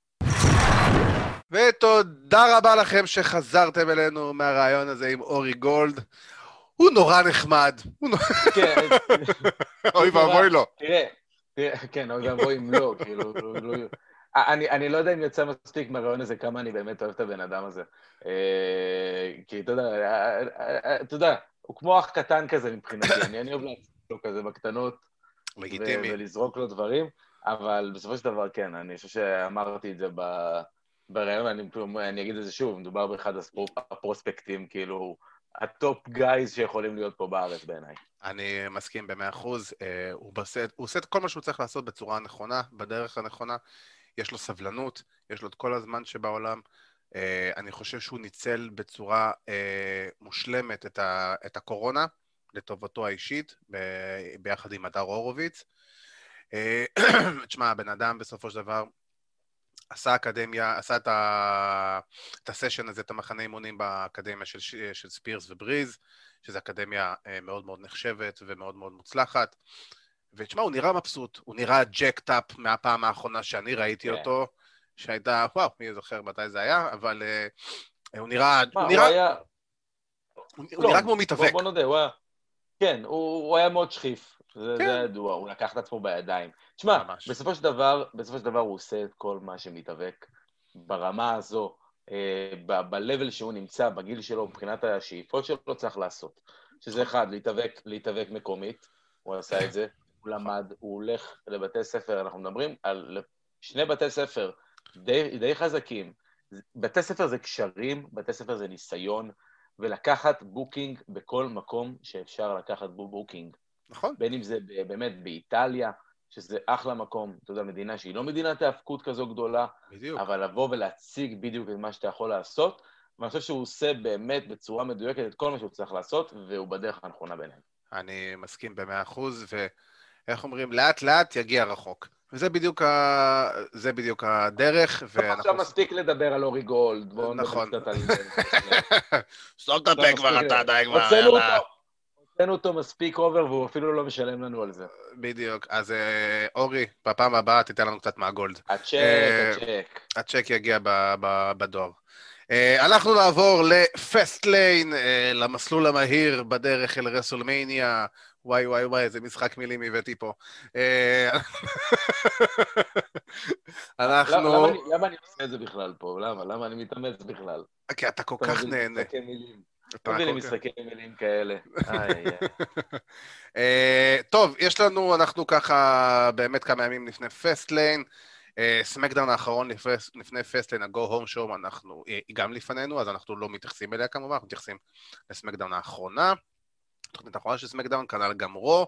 ותודה רבה לכם שחזרתם אלינו מהרעיון הזה עם אורי גולד. הוא נורא נחמד. כן. אוי ואבוי לו. תראה, כן, אוי ואבוי אם לא, כאילו, אני לא יודע אם יצא מספיק מהרעיון הזה, כמה אני באמת אוהב את הבן אדם הזה. כי, אתה יודע, אתה יודע, הוא כמו אח קטן כזה מבחינתי, אני אוהב לעשות לו כזה בקטנות, ולזרוק לו דברים, אבל בסופו של דבר, כן, אני חושב שאמרתי את זה ברעיון, אני אגיד את זה שוב, מדובר באחד הפרוספקטים, כאילו, הטופ גייז שיכולים להיות פה בארץ בעיניי. אני מסכים במאה אחוז, הוא עושה את כל מה שהוא צריך לעשות בצורה הנכונה, בדרך הנכונה, יש לו סבלנות, יש לו את כל הזמן שבעולם, אני חושב שהוא ניצל בצורה מושלמת את הקורונה, לטובתו האישית, ביחד עם הדר הורוביץ. תשמע, הבן אדם בסופו של דבר, עשה אקדמיה, עשה את, ה... את הסשן הזה, את המחנה אימונים באקדמיה של, של ספירס ובריז, שזו אקדמיה מאוד מאוד נחשבת ומאוד מאוד מוצלחת. ותשמע, הוא נראה מבסוט, הוא נראה ג'ק-טאפ מהפעם האחרונה שאני ראיתי yeah. אותו, שהייתה, וואו, מי זוכר מתי זה היה, אבל uh, הוא נראה... מה, הוא נראה, הוא היה... הוא, הוא נראה כמו מתאבק. בוא, בוא נודה, הוא היה... כן, הוא, הוא היה מאוד שחיף. זה, כן. זה ידוע, הוא לקח את עצמו בידיים. תשמע, בסופו של דבר, בסופו של דבר הוא עושה את כל מה שמתאבק ברמה הזו, אה, ב-level שהוא נמצא, בגיל שלו, מבחינת השאיפות שלו, צריך לעשות. שזה אחד, להתאבק, להתאבק מקומית, הוא עשה את זה, הוא למד, הוא הולך לבתי ספר, אנחנו מדברים על שני בתי ספר די, די חזקים. בתי ספר זה קשרים, בתי ספר זה ניסיון, ולקחת בוקינג בכל מקום שאפשר לקחת בו בוקינג. נכון. בין אם זה באמת באיטליה, שזה אחלה מקום, אתה יודע, מדינה שהיא לא מדינת ההפקות כזו גדולה, בדיוק. אבל לבוא ולהציג בדיוק את מה שאתה יכול לעשות, ואני חושב שהוא עושה באמת בצורה מדויקת את כל מה שהוא צריך לעשות, והוא בדרך הנכונה ביניהם. אני מסכים במאה אחוז, ואיך אומרים, לאט לאט יגיע רחוק. וזה בדיוק, ה... זה בדיוק הדרך. עכשיו מספיק לדבר על אורי גולד, בואו נדבר קצת על זה. סתום את הפה כבר, אתה די כבר. הוצאנו אותו מספיק אובר, והוא אפילו לא משלם לנו על זה. בדיוק, אז אורי, בפעם הבאה תיתן לנו קצת מהגולד. הצ'ק, הצ'ק. הצ'ק יגיע בדואר. אנחנו נעבור לפסטליין, למסלול המהיר בדרך אל רסלמניה. וואי וואי וואי, איזה משחק מילים הבאתי פה. אנחנו... למה אני עושה את זה בכלל פה? למה? למה אני מתאמץ בכלל? כי אתה כל כך נהנה. אתה מביא לי משחקי מילים כאלה. טוב, יש לנו, אנחנו ככה באמת כמה ימים לפני פסטליין, סמקדאון האחרון לפני פסטליין, הגו הום שואו, אנחנו, היא גם לפנינו, אז אנחנו לא מתייחסים אליה כמובן, אנחנו מתייחסים לסמקדאון האחרונה, תוכנית האחרונה של סמקדאון, כנ"ל גם רו.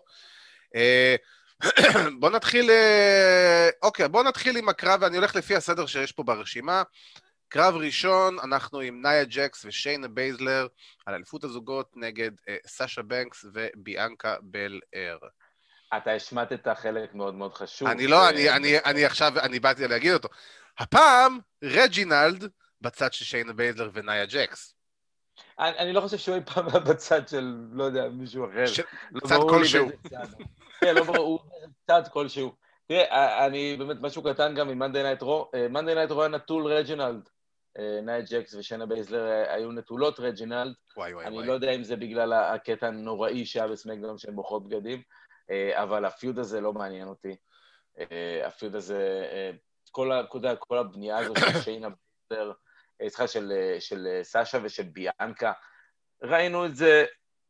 בוא נתחיל, אוקיי, בוא נתחיל עם הקרב, ואני הולך לפי הסדר שיש פה ברשימה. קרב ראשון, אנחנו עם נאיה ג'קס ושיינה בייזלר על אליפות הזוגות נגד סאשה בנקס וביאנקה בלאר. אתה השמעת חלק מאוד מאוד חשוב. אני לא, אני עכשיו, אני באתי להגיד אותו. הפעם, רג'ינלד בצד של שיינה בייזלר ונאיה ג'קס. אני לא חושב שהוא אי פעם בצד של, לא יודע, מישהו אחר. צד כלשהו. כן, לא ברור, הוא צד כלשהו. תראה, אני באמת, משהו קטן גם עם מנדי נייט רו, מנדי נייט רו היה נטול רג'ינלד. נאיה ג'קס ושיינה בייזלר היו נטולות רג'ינלד. וואי, וואי, אני וואי. לא יודע אם זה בגלל הקטע הנוראי שהיה בסמקדאון שהן בוחרות בגדים, אבל הפיוד הזה לא מעניין אותי. הפיוד הזה, כל, ה, כל הבנייה הזו של שיינה בייזלר, סליחה, של, של סאשה ושל ביאנקה, ראינו את זה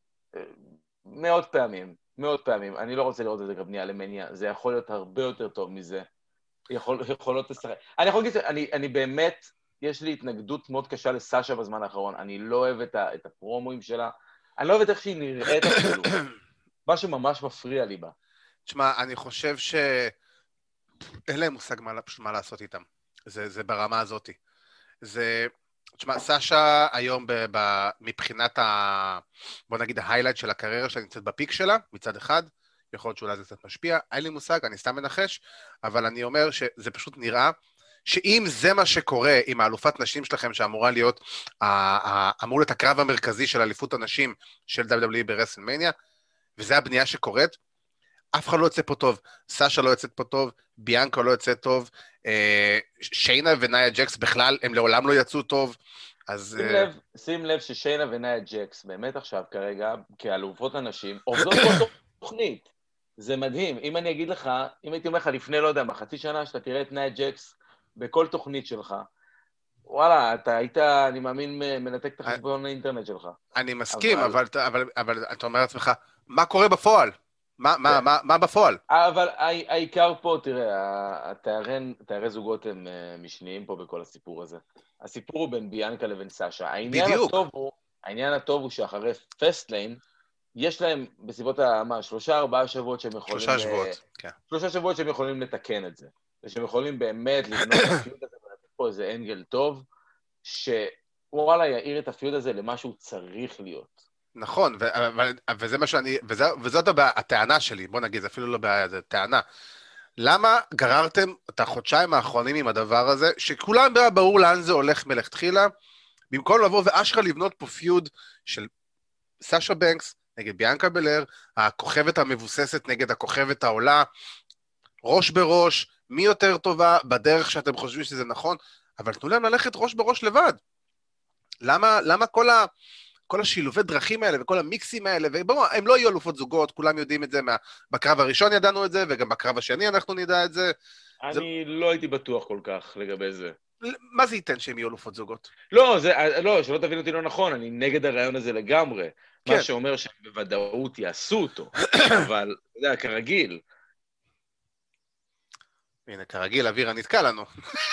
מאות פעמים, מאות פעמים. אני לא רוצה לראות את זה כבנייה למניה, זה יכול להיות הרבה יותר טוב מזה. יכול, יכולות לשחק. אני יכול להגיד, אני, אני באמת, יש לי התנגדות מאוד קשה לסאשה בזמן האחרון. אני לא אוהב את, ה, את הפרומואים שלה. אני לא אוהב את איך שהיא נראית אפילו. מה שממש מפריע לי בה. תשמע, אני חושב ש... אין להם מושג מה, מה לעשות איתם. זה, זה ברמה הזאת. זה... תשמע, סאשה היום ב, ב, מבחינת ה... בוא נגיד, ההיילייט של הקריירה שלה נמצאת בפיק שלה, מצד אחד. יכול להיות שאולי זה קצת משפיע. אין לי מושג, אני סתם מנחש. אבל אני אומר שזה פשוט נראה שאם זה מה שקורה עם האלופת נשים שלכם, שאמורה להיות, אמור להיות הקרב המרכזי של אליפות הנשים של דאבליו דאבליו אי ברסלמניה, וזה הבנייה שקורית, אף אחד לא יוצא פה טוב. סאשה לא יוצאת פה טוב, ביאנקה לא יוצאת טוב, שיינה ונאיה ג'קס בכלל, הם לעולם לא יצאו טוב. אז... שים לב, שים לב ששיינה ונאיה ג'קס, באמת עכשיו כרגע, כאלופות הנשים, עובדות פה תוכנית. זה מדהים. אם אני אגיד לך, אם הייתי אומר לך לפני, לא יודע, בחצי שנה שאתה תראה את נאיה ג'קס בכל תוכנית שלך, וואלה, אתה היית, אני מאמין, מנתק את החשבון האינטרנט שלך. אני מסכים, אבל, אבל, אבל אתה אומר לעצמך, מה קורה בפועל? מה, מה, מה, מה בפועל? אבל העיקר פה, תראה, התארי זוגות הם משניים פה בכל הסיפור הזה. הסיפור הוא בין ביאנקה לבין סאשה. העניין הטוב הוא, העניין הטוב הוא שאחרי פסטליין, יש להם בסביבות, מה, שלושה, ארבעה שבועות שהם יכולים... שלושה שבועות, כן. שלושה שבועות שהם יכולים לתקן את זה. ושהם יכולים באמת לבנות את הפיוד הזה ולתת פה איזה אנגל טוב, שוואלה יעיר את הפיוד הזה למה שהוא צריך להיות. נכון, וזה מה שאני, וזאת הטענה שלי, בוא נגיד, זה אפילו לא בעיה, זה טענה. למה גררתם את החודשיים האחרונים עם הדבר הזה, שכולם ברור לאן זה הולך מלכתחילה, במקום לבוא ואשכרה לבנות פה פיוד של סאשה בנקס, נגד ביאנקה בלר, הכוכבת המבוססת נגד הכוכבת העולה, ראש בראש, מי יותר טובה, בדרך שאתם חושבים שזה נכון, אבל תנו להם ללכת ראש בראש לבד. למה, למה כל ה... כל השילובי דרכים האלה וכל המיקסים האלה, ובואו, הם לא יהיו אלופות זוגות, כולם יודעים את זה, מה... בקרב הראשון ידענו את זה, וגם בקרב השני אנחנו נדע את זה. אני זה... לא הייתי בטוח כל כך לגבי זה. מה זה ייתן שהם יהיו אלופות זוגות? לא, זה, לא, שלא תבין אותי לא נכון, אני נגד הרעיון הזה לגמרי. כן. מה שאומר שהם בוודאות יעשו אותו, אבל, אתה יודע, כרגיל. הנה, כרגיל, אווירה נתקע לנו.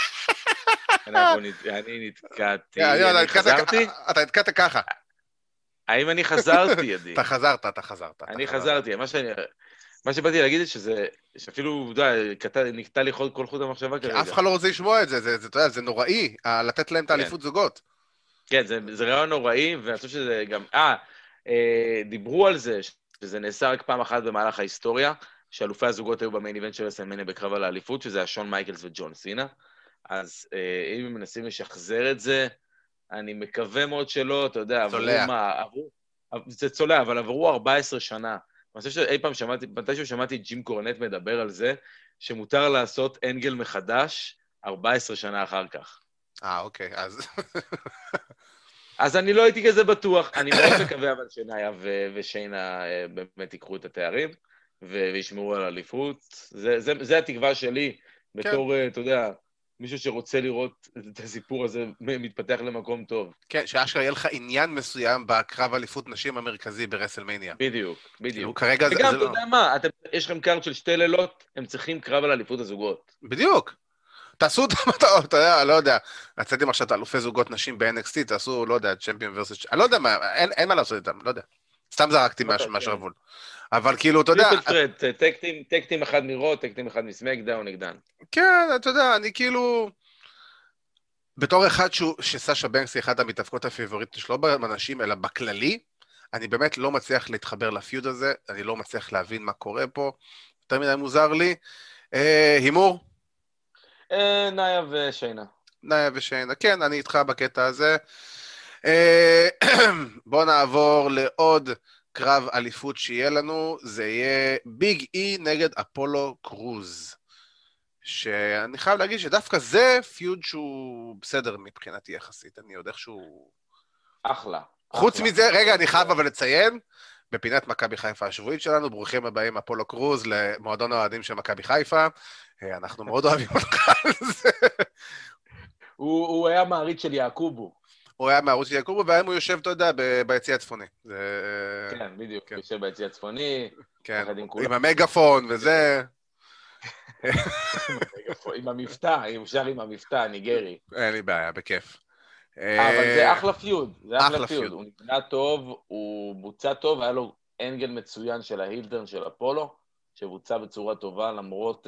אני נתקעתי, אני חזרתי? אתה נתקעת ככה. האם אני חזרתי, ידי? אתה חזרת, אתה חזרת. אני חזרתי, מה שאני... מה שבאתי להגיד שזה, שאפילו, אתה יודע, נקטע לי כל חוט המחשבה כרגע. אף אחד לא רוצה לשמוע את זה, זה, אתה יודע, זה נוראי, לתת להם את האליפות זוגות. כן, זה רעיון נוראי, ואני חושב שזה גם... אה, דיברו על זה, שזה נעשה רק פעם אחת במהלך ההיסטוריה, שאלופי הזוגות היו במיין איבנט של רסלמניה בקרב על האליפות, שזה השון מייקלס וג'ון סינה. אז אם הם מנסים לשחזר את זה, אני מקווה מאוד שלא, אתה יודע, עברו מה, עברו, זה צולע, אבל עברו ארבע עשרה שנה. אני חושב שאי פעם שמעתי, מתישהו שמעתי ג'ים קורנט מדבר על זה, שמותר לעשות אנגל מחדש ארבע עשרה שנה אחר כך. אה, אוקיי, אז... אז אני לא הייתי כזה בטוח, אני מאוד מקווה אבל שנאיה ושיינה באמת יקחו את התארים, וישמרו על אליפות. זה, זה, זה התקווה שלי, בתור, אתה יודע, מישהו שרוצה לראות את הסיפור הזה מתפתח למקום טוב. כן, שאשכרה יהיה לך עניין מסוים בקרב אליפות נשים המרכזי ברסלמניה. בדיוק, בדיוק. כרגע זה לא... וגם, אתה יודע מה, יש לכם קארד של שתי לילות, הם צריכים קרב על אליפות הזוגות. בדיוק. תעשו אותם, אתה יודע, לא יודע, רציתם עכשיו את אלופי זוגות נשים ב-אן אקס טי, תעשו, לא יודע, צ'מפיון ורסס... אני לא יודע מה, אין מה לעשות איתם, לא יודע. סתם זרקתי מהשרוול. אבל כאילו, אתה יודע... טקטים אחד מרו, טקטים אחד מסמקדאון, נגדן. כן, אתה יודע, אני כאילו... בתור אחד שסאשה בנקס היא אחת המתאבקות הפיבוריטות שלו באנשים, אלא בכללי, אני באמת לא מצליח להתחבר לפיוד הזה, אני לא מצליח להבין מה קורה פה, יותר מדי מוזר לי. הימור? נאיה ושיינה. נאיה ושיינה, כן, אני איתך בקטע הזה. בואו נעבור לעוד קרב אליפות שיהיה לנו, זה יהיה ביג אי נגד אפולו קרוז. שאני חייב להגיד שדווקא זה פיוד שהוא בסדר מבחינתי יחסית, אני יודע שהוא... אחלה. חוץ אחלה. מזה, רגע, אני חייב אבל לציין, בפינת מכבי חיפה השבועית שלנו, ברוכים הבאים אפולו קרוז למועדון האוהדים של מכבי חיפה, אנחנו מאוד אוהבים אותך על זה. הוא, הוא היה מעריץ של יעקובו. הוא היה מערוץ של יעקובו, והיום הוא יושב, אתה יודע, ביציע הצפוני. כן, בדיוק, כן. הוא יושב ביציע הצפוני, כן, יחד עם עם כולם. המגפון וזה. עם המבטא, הוא שר עם המבטא, הניגרי. אין לי בעיה, בכיף. אבל זה אחלה פיוד, זה אחלה אחלה פיוד. פיוד. הוא נבנה טוב, הוא בוצע טוב, היה לו אנגל מצוין של ההילטרן של אפולו, שבוצע בצורה טובה, למרות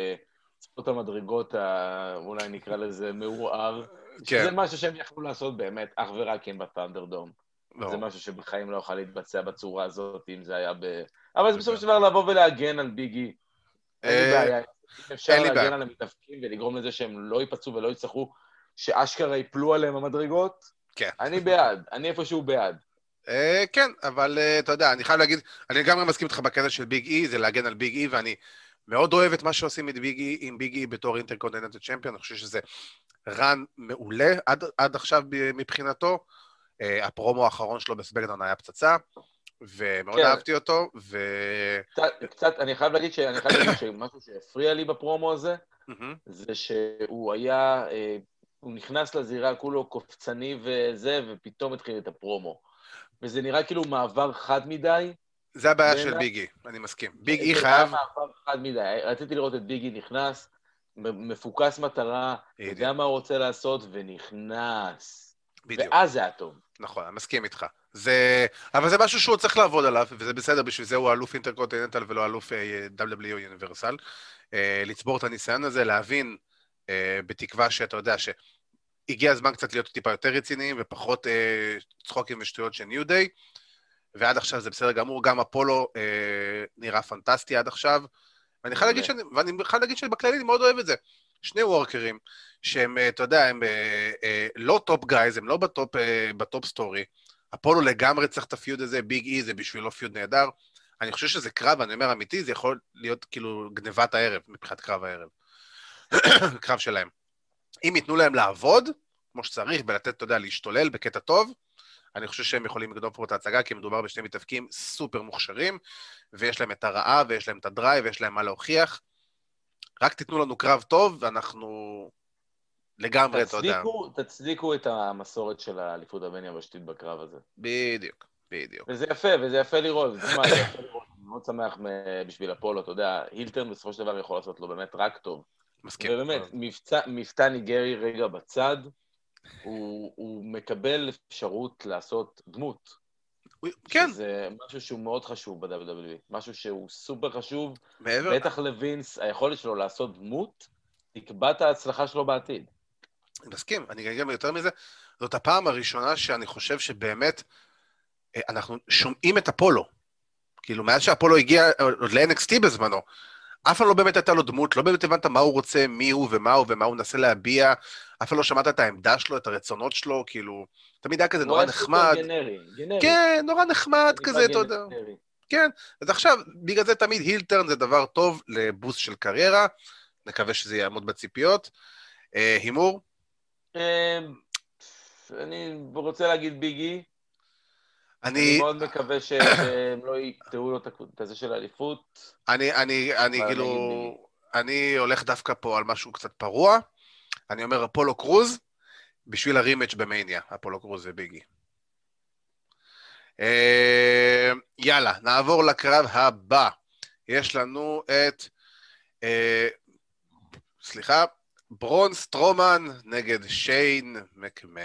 צפות המדרגות, אולי נקרא לזה מעורער. זה משהו שהם יכלו לעשות באמת, אך ורק הם בטנדרדום. זה משהו שבחיים לא יוכל להתבצע בצורה הזאת, אם זה היה ב... אבל זה בסופו של דבר לבוא ולהגן על ביגי. אין לי בעיה. אם אפשר להגן על המתאבקים ולגרום לזה שהם לא ייפצעו ולא יצטרכו, שאשכרה ייפלו עליהם המדרגות, אני בעד, אני איפשהו בעד. כן, אבל אתה יודע, אני חייב להגיד, אני גם מסכים איתך בקטע של ביג אי, זה להגן על ביג אי, ואני מאוד אוהב את מה שעושים עם ביג אי בתור אינטרקונטיננטל צ'מפיון, אני חושב שזה רן מעולה עד עכשיו מבחינתו, הפרומו האחרון שלו בסבקדאון היה פצצה, ומאוד אהבתי אותו, ו... קצת, אני חייב להגיד שמשהו שהפריע לי בפרומו הזה, זה שהוא היה... הוא נכנס לזירה, כולו קופצני וזה, ופתאום התחיל את הפרומו. וזה נראה כאילו מעבר חד מדי. זה הבעיה של ביגי, אני מסכים. ביגי חייב... זה היה מעבר חד מדי. רציתי לראות את ביגי נכנס, מפוקס מטרה, יודע מה הוא רוצה לעשות, ונכנס. בדיוק. ואז זה היה טוב. נכון, אני מסכים איתך. זה... אבל זה משהו שהוא צריך לעבוד עליו, וזה בסדר, בשביל זה הוא אלוף אינטרקונטיננטל ולא אלוף דאבליו דאבליו אי יוניברסל. לצבור את הניסיון הזה, להבין בתקווה שאתה יודע שהגיע הזמן קצת להיות טיפה יותר רציניים ופחות אה, צחוקים ושטויות של ניו דיי, ועד עכשיו זה בסדר גמור, גם אפולו אה, נראה פנטסטי עד עכשיו, ואני חייב להגיד שאני, ואני חייב להגיד שבכללי אני מאוד אוהב את זה. שני וורקרים שהם, אתה יודע, הם אה, אה, לא טופ גייז, הם לא בטופ, אה, בטופ סטורי, אפולו לגמרי צריך את הפיוד הזה, ביג אי זה בשבילו פיוד נהדר, אני חושב שזה קרב, אני אומר אמיתי, זה יכול להיות כאילו גנבת הערב, מבחינת קרב הערב. קרב שלהם. אם ייתנו להם לעבוד, כמו שצריך, ולתת, אתה יודע, להשתולל בקטע טוב, אני חושב שהם יכולים לגנוב פה את ההצגה, כי מדובר בשני מתאבקים סופר מוכשרים, ויש להם את הרעה, ויש להם את הדרייב, ויש להם מה להוכיח. רק תיתנו לנו קרב טוב, ואנחנו לגמרי, אתה יודע. תצדיקו את המסורת של האליפות הבין-יבשתית בקרב הזה. בדיוק, בדיוק. וזה יפה, וזה יפה לראות. זה יפה לראות. אני מאוד שמח בשביל אפולו, אתה יודע, הילטרן בסופו של דבר יכול לעשות לו באמת רק טוב. מסכים. ובאמת, מבצע, מבטא ניגרי רגע בצד, הוא, הוא מקבל אפשרות לעשות דמות. כן. זה משהו שהוא מאוד חשוב ב-דאבליו דאבליו אי. משהו שהוא סופר חשוב. מעבר. בטח לווינס, היכולת שלו לעשות דמות, תקבע את ההצלחה שלו בעתיד. אני מסכים, אני גם יותר מזה. זאת הפעם הראשונה שאני חושב שבאמת אנחנו שומעים את אפולו. כאילו, מאז שאפולו הגיע עוד ל-אן אקס טי בזמנו, אף פעם לא באמת הייתה לו דמות, לא באמת הבנת מה הוא רוצה, מי הוא ומה הוא ומה הוא מנסה להביע, אף פעם לא שמעת את העמדה שלו, את הרצונות שלו, כאילו, תמיד היה כזה נורא נחמד. גנרי, גנרי. כן, נורא נחמד כזה, אתה יודע. כן, אז עכשיו, בגלל זה תמיד הילטרן זה דבר טוב לבוסט של קריירה, נקווה שזה יעמוד בציפיות. הימור? אני רוצה להגיד ביגי. אני... אני מאוד מקווה שהם לא יקטעו לו את הזה של האליפות. אני, אני, אני, כאילו, אני הולך דווקא פה על משהו קצת פרוע. אני אומר אפולו קרוז, בשביל הרימץ' במאניה, אפולו קרוז וביגי. יאללה, נעבור לקרב הבא. יש לנו את, סליחה, ברון סטרומן נגד שיין מקמן.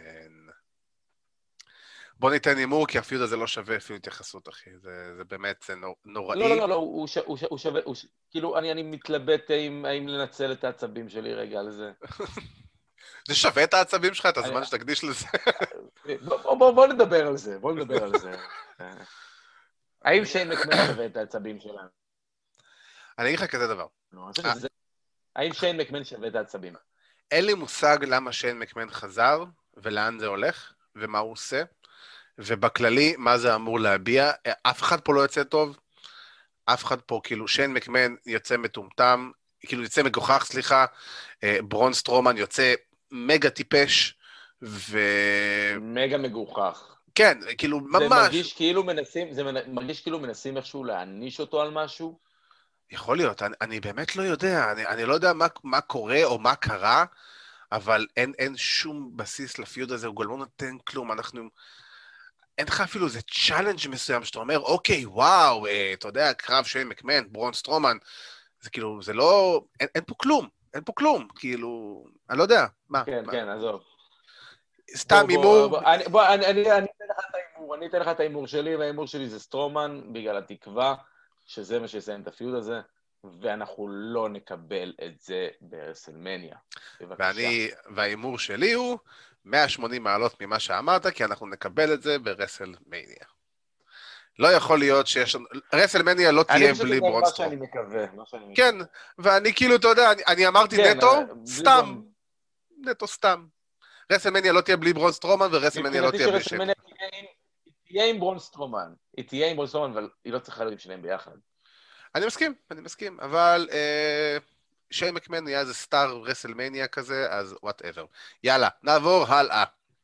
בוא ניתן הימור, כי הפיוד הזה לא שווה אפילו התייחסות, אחי. זה, זה באמת, זה נוראי. לא, לא, לא, לא, הוא, ש, הוא, ש, הוא שווה, הוא ש... כאילו, אני, אני מתלבט האם, האם לנצל את העצבים שלי רגע על זה. זה שווה את העצבים שלך, את הזמן שתקדיש לזה. בוא, בוא, בוא נדבר על זה, בוא נדבר על זה. האם שיין מקמן שווה את העצבים שלנו? אני אגיד לך כזה דבר. האם שיין מקמן שווה את העצבים? אין לי מושג למה שיין מקמן חזר, ולאן זה הולך, ומה הוא עושה. ובכללי, מה זה אמור להביע, אף אחד פה לא יוצא טוב, אף אחד פה, כאילו, שיין מקמן יוצא מטומטם, כאילו יוצא מגוחך, סליחה, ברון סטרומן יוצא מגה טיפש, ו... מגה מגוחך. כן, כאילו, ממש... זה מרגיש כאילו מנסים, זה מרגיש כאילו מנסים איכשהו להעניש אותו על משהו? יכול להיות, אני, אני באמת לא יודע, אני, אני לא יודע מה, מה קורה או מה קרה, אבל אין, אין שום בסיס לפיוד הזה, הוא גם לא נותן כלום, אנחנו... אין לך אפילו איזה צ'אלנג' מסוים שאתה אומר, אוקיי, וואו, אה, אתה יודע, קרב שיין מקמן, ברון סטרומן, זה כאילו, זה לא... אין, אין פה כלום, אין פה כלום, כאילו, אני לא יודע, מה? כן, מה? כן, עזוב. סתם הימור. בוא, אני, בוא, אני, אני, אני אתן לך את ההימור, אני אתן לך את ההימור שלי, וההימור שלי זה סטרומן, בגלל התקווה, שזה מה שיסיים את הפיוד הזה, ואנחנו לא נקבל את זה ברסלמניה. בבקשה. ואני, וההימור שלי הוא מאה ושמונים מעלות ממה שאמרת, כי אנחנו נקבל את זה ברסלמניה. לא יכול להיות שיש... רסלמניה לא תהיה בלי ברון סטרומן. אני מקווה, מה שאני מקווה. כן, ואני כאילו, אתה יודע, אני, אני אמרתי כן, נטו, אבל- סתם, בלי נטו סתם. רסלמניה לא תהיה בלי ברון סטרומן, ורסלמניה לא מבחינתי תהיה בלי שרסלמניה שיין. תהיה עם- תהיה עם ברון סטרומן. היא תהיה עם ברון סטרומן, אבל היא לא צריכה להיות עם שניהם ביחד. אני מסכים, אני מסכים, אבל אה, שיין מקמן נהיה איזה סטאר רסלמניה כזה, אז whatever. יאללה, נעבור הלאה.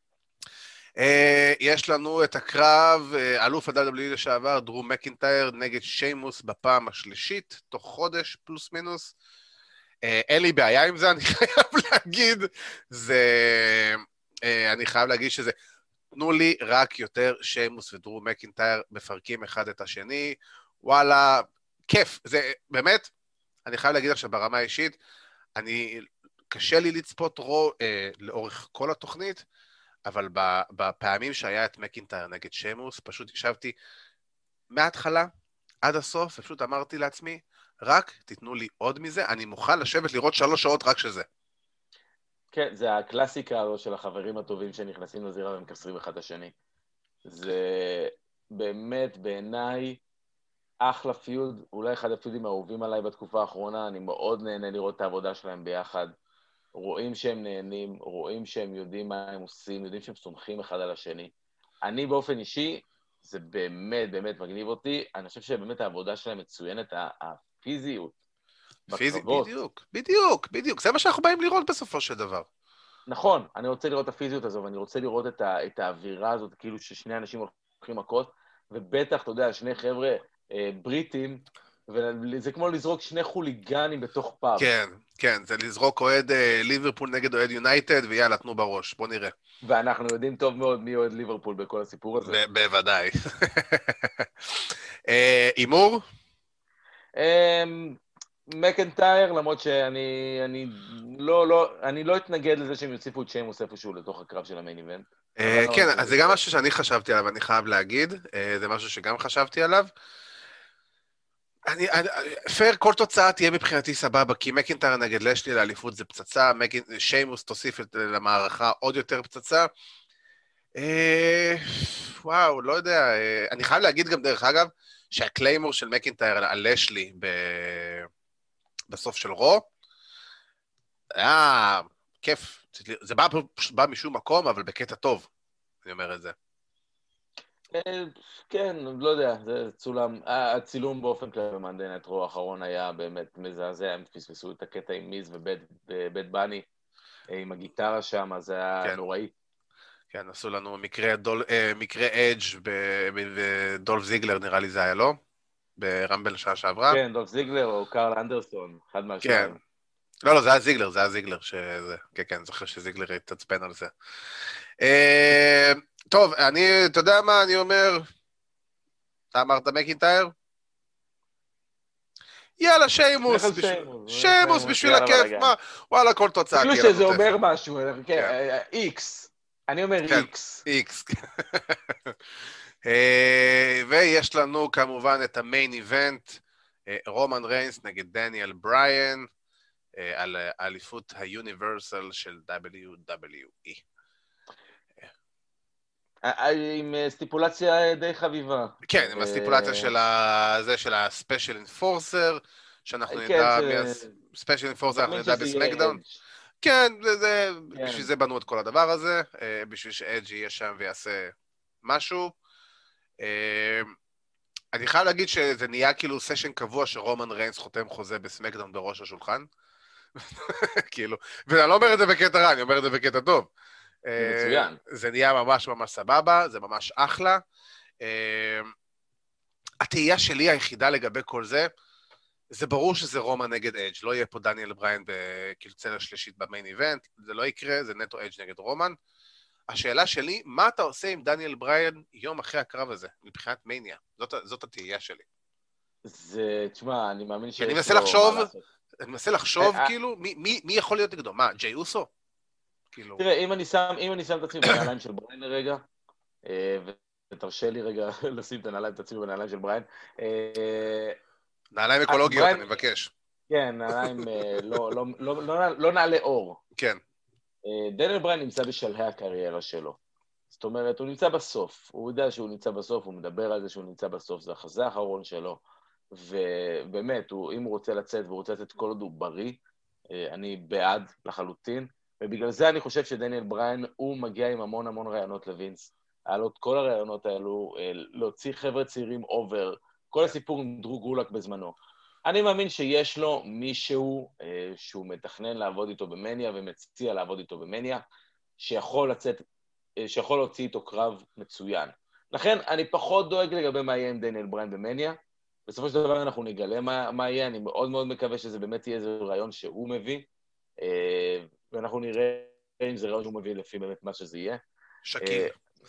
Uh, יש לנו את הקרב, uh, אלוף ה-דאבליו דאבליו אי לשעבר, דרו מקינטייר נגד שיימוס בפעם השלישית, תוך חודש פלוס מינוס. Uh, אין לי בעיה עם זה, אני חייב להגיד, זה... Uh, אני חייב להגיד שזה... תנו לי רק יותר שיימוס ודרו מקינטייר מפרקים אחד את השני, וואלה, כיף. זה באמת, אני חייב להגיד עכשיו ברמה האישית, אני... קשה לי לצפות רו, uh, לאורך כל התוכנית, אבל בפעמים שהיה את מקינטייר נגד שיימוס, פשוט ישבתי מההתחלה עד הסוף, ופשוט אמרתי לעצמי, רק תיתנו לי עוד מזה, אני מוכן לשבת לראות שלוש שעות רק שזה. כן, זה הקלאסיקה הזו של החברים הטובים שנכנסים לזירה ומקסרים אחד את השני. זה באמת בעיניי אחלה פיוד, אולי אחד הפיודים האהובים עליי בתקופה האחרונה, אני מאוד נהנה לראות את העבודה שלהם ביחד. רואים שהם נהנים, רואים שהם יודעים מה הם עושים, יודעים שהם סומכים אחד על השני. אני באופן אישי, זה באמת באמת מגניב אותי, אני חושב שבאמת העבודה שלהם מצוינת, הפיזיות, פיזי, בקרבות. בדיוק, בדיוק, בדיוק, זה מה שאנחנו באים לראות בסופו של דבר. נכון, אני רוצה לראות את הפיזיות הזו, ואני רוצה לראות את, ה, את האווירה הזאת, כאילו ששני אנשים הולכים מכות, ובטח, אתה יודע, שני חבר'ה אה, בריטים, וזה כמו לזרוק שני חוליגנים בתוך פאב. כן, כן, זה לזרוק אוהד אה, ליברפול נגד אוהד יונייטד, ויאללה, תנו בראש, בוא נראה. ואנחנו יודעים טוב מאוד מי אוהד ליברפול בכל הסיפור הזה. ב- בוודאי. אה, אימור? אמ, מקנטייר, למרות שאני אני לא, לא, אני לא אתנגד לזה שהם יוסיפו את שיימוס איפשהו לתוך הקרב של המיין איבנט. אה, אבל כן, לא, אז זה גם משהו שאני חשבתי עליו, אני חייב להגיד, אה, זה משהו שגם חשבתי עליו. אני, אני, פייר, כל תוצאה תהיה מבחינתי סבבה, כי מקינטייר נגד לשלי לאליפות זה פצצה, מקינ... שיימוס תוסיף את, למערכה עוד יותר פצצה. אה, וואו, לא יודע, אה, אני חייב להגיד גם דרך אגב, שהקליימור של מקינטייר על לשלי ב... בסוף של רו, היה כיף, זה בא, בא משום מקום, אבל בקטע טוב, אני אומר את זה. כן, לא יודע, זה צולם, הצילום באופן כלל במאנדיי נייט רו האחרון היה באמת מזעזע, הם פספסו את הקטע עם מיז ובית בני, עם הגיטרה שם, אז זה היה כן. נוראי. כן, עשו לנו מקרה, דול, מקרה אדג' ודולף זיגלר, נראה לי זה היה, לא? ברמבל שעה שעברה. כן, דולף זיגלר או קארל אנדרסון, אחד מהשניים. כן. לא, לא, זה היה זיגלר, זה היה זיגלר, שזה... כן, כן, זוכר שזיגלר התעצבן על זה. אה, טוב, אני, אתה יודע מה, אני אומר... אתה אמרת מקינטייר? יאללה, שיימוס. שיימוס בשביל הכיף, מה? וואלה, כל תוצאה. כאילו שזה אומר משהו, כן, איקס. אני אומר איקס. איקס. ויש לנו כמובן את המיין איבנט, רומן ריינס נגד דניאל בריין, על האליפות היוניברסל של דאבליו דאבליו אי. עם סטיפולציה די חביבה. כן, עם הסטיפולציה של הספיישל אינפורסר, שאנחנו נדע, ספיישל אינפורסר אנחנו נדע בסמקדאון. כן, בשביל זה בנו את כל הדבר הזה, בשביל שאדג' יהיה שם ויעשה משהו. אני חייב להגיד שזה נהיה כאילו סשן קבוע שרומן ריינס חותם חוזה בסמקדאון בראש השולחן. כאילו, ואני לא אומר את זה בקטע רע, אני אומר את זה בקטע טוב. זה מצוין. זה נהיה ממש ממש סבבה, זה ממש אחלה. התהייה שלי היחידה לגבי כל זה, זה ברור שזה רומן נגד אדג', לא יהיה פה דניאל בריין בקלצל השלישית במיין איבנט, זה לא יקרה, זה נטו אדג' נגד רומן. השאלה שלי, מה אתה עושה עם דניאל בריין יום אחרי הקרב הזה, מבחינת מניה? זאת, זאת התהייה שלי. זה, תשמע, אני מאמין שיש לו... אני מנסה לחשוב, אני מנסה לחשוב, כאילו, מי, מי, מי יכול להיות נגדו? מה, ג'יי אוסו? כאילו... תראה, אם אני שם, אם אני שם את עצמי בנעליים של בריין לרגע, ותרשה לי רגע לשים את הנעליים, את עצמי בנעליים של בריין. נעליים אקולוגיות, אני מבקש. כן, נעליים, לא נעלי אור. כן. דניאל בריין נמצא בשלהי הקריירה שלו. זאת אומרת, הוא נמצא בסוף. הוא יודע שהוא נמצא בסוף, הוא מדבר על זה שהוא נמצא בסוף, זה החזה האחרון שלו. ובאמת, אם הוא רוצה לצאת והוא רוצה לצאת כל עוד הוא בריא, אני בעד לחלוטין. ובגלל זה אני חושב שדניאל בריין, הוא מגיע עם המון המון רעיונות לווינס. היה לו את כל הרעיונות האלו, להוציא חבר'ה צעירים אובר, כל הסיפור עם דרו גולק בזמנו. אני מאמין שיש לו מישהו שהוא מתכנן לעבוד איתו במניה, ומציע לעבוד איתו במניה, שיכול לצאת, שיכול להוציא איתו קרב מצוין. לכן אני פחות דואג לגבי מה יהיה עם דניאל בריין במניה. בסופו של דבר אנחנו נגלה מה, מה יהיה, אני מאוד מאוד מקווה שזה באמת יהיה איזה רעיון שהוא מביא, ואנחנו נראה אם זה רעיון שהוא מביא לפי באמת מה שזה יהיה. שקיל.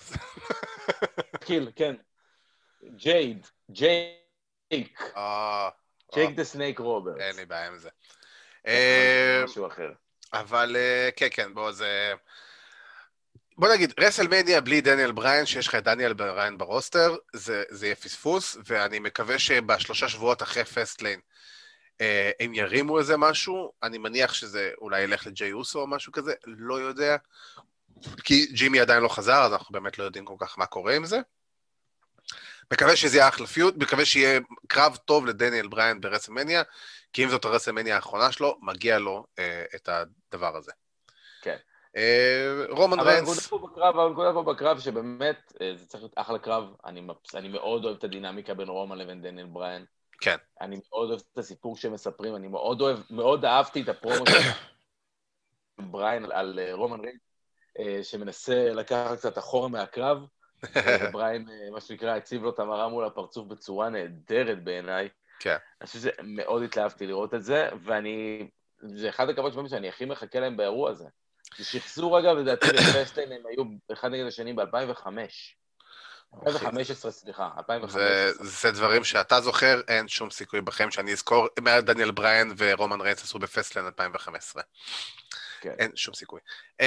שקיל, כן. ג'ייד, ג'ייק. ג'ייק דה סנייק רוברטס. אין לי בעיה עם זה. משהו אחר. אבל כן, כן, בוא, זה... בוא נגיד, רסלמניה בלי דניאל בריין, שיש לך את דניאל בריין ברוסטר, זה, זה יהיה פספוס, ואני מקווה שבשלושה שבועות אחרי פסטליין, אה, הם ירימו איזה משהו, אני מניח שזה אולי ילך לג'יי אוסו או משהו כזה, לא יודע, כי ג'ימי עדיין לא חזר, אז אנחנו באמת לא יודעים כל כך מה קורה עם זה. מקווה שזה יהיה אחלה פיוט, מקווה שיהיה קרב טוב לדניאל בריין ברסלמניה, כי אם זאת הרסלמניה האחרונה שלו, מגיע לו אה, את הדבר הזה. כן. רומן ריינס. אבל הנקודה פה בקרב שבאמת זה צריך להיות אחלה קרב, אני מאוד אוהב את הדינמיקה בין רומן לבין דניאל בריין. כן. אני מאוד אוהב את הסיפור שמספרים, אני מאוד אוהב, מאוד אהבתי את הפרומו של בריין על רומן ריינס, שמנסה לקחת קצת אחורה מהקרב, ובריין, מה שנקרא, הציב לו את המראה מול הפרצוף בצורה נהדרת בעיניי. כן. אני חושב שמאוד התלהבתי לראות את זה, ואני, זה אחד הקרבות שבאמת שאני הכי מחכה להם באירוע הזה. זה שחזור אגב, לדעתי בפסטיין, הם היו אחד נגד השני ב-אלפיים וחמש. אלפיים וחמש עשרה, סליחה, אלפיים וחמש עשרה. זה דברים שאתה זוכר, אין שום סיכוי בכם שאני אזכור, מה דניאל בריין ורומן ריינס עשו בפסטיין אלפיים וחמש עשרה. אין שום סיכוי.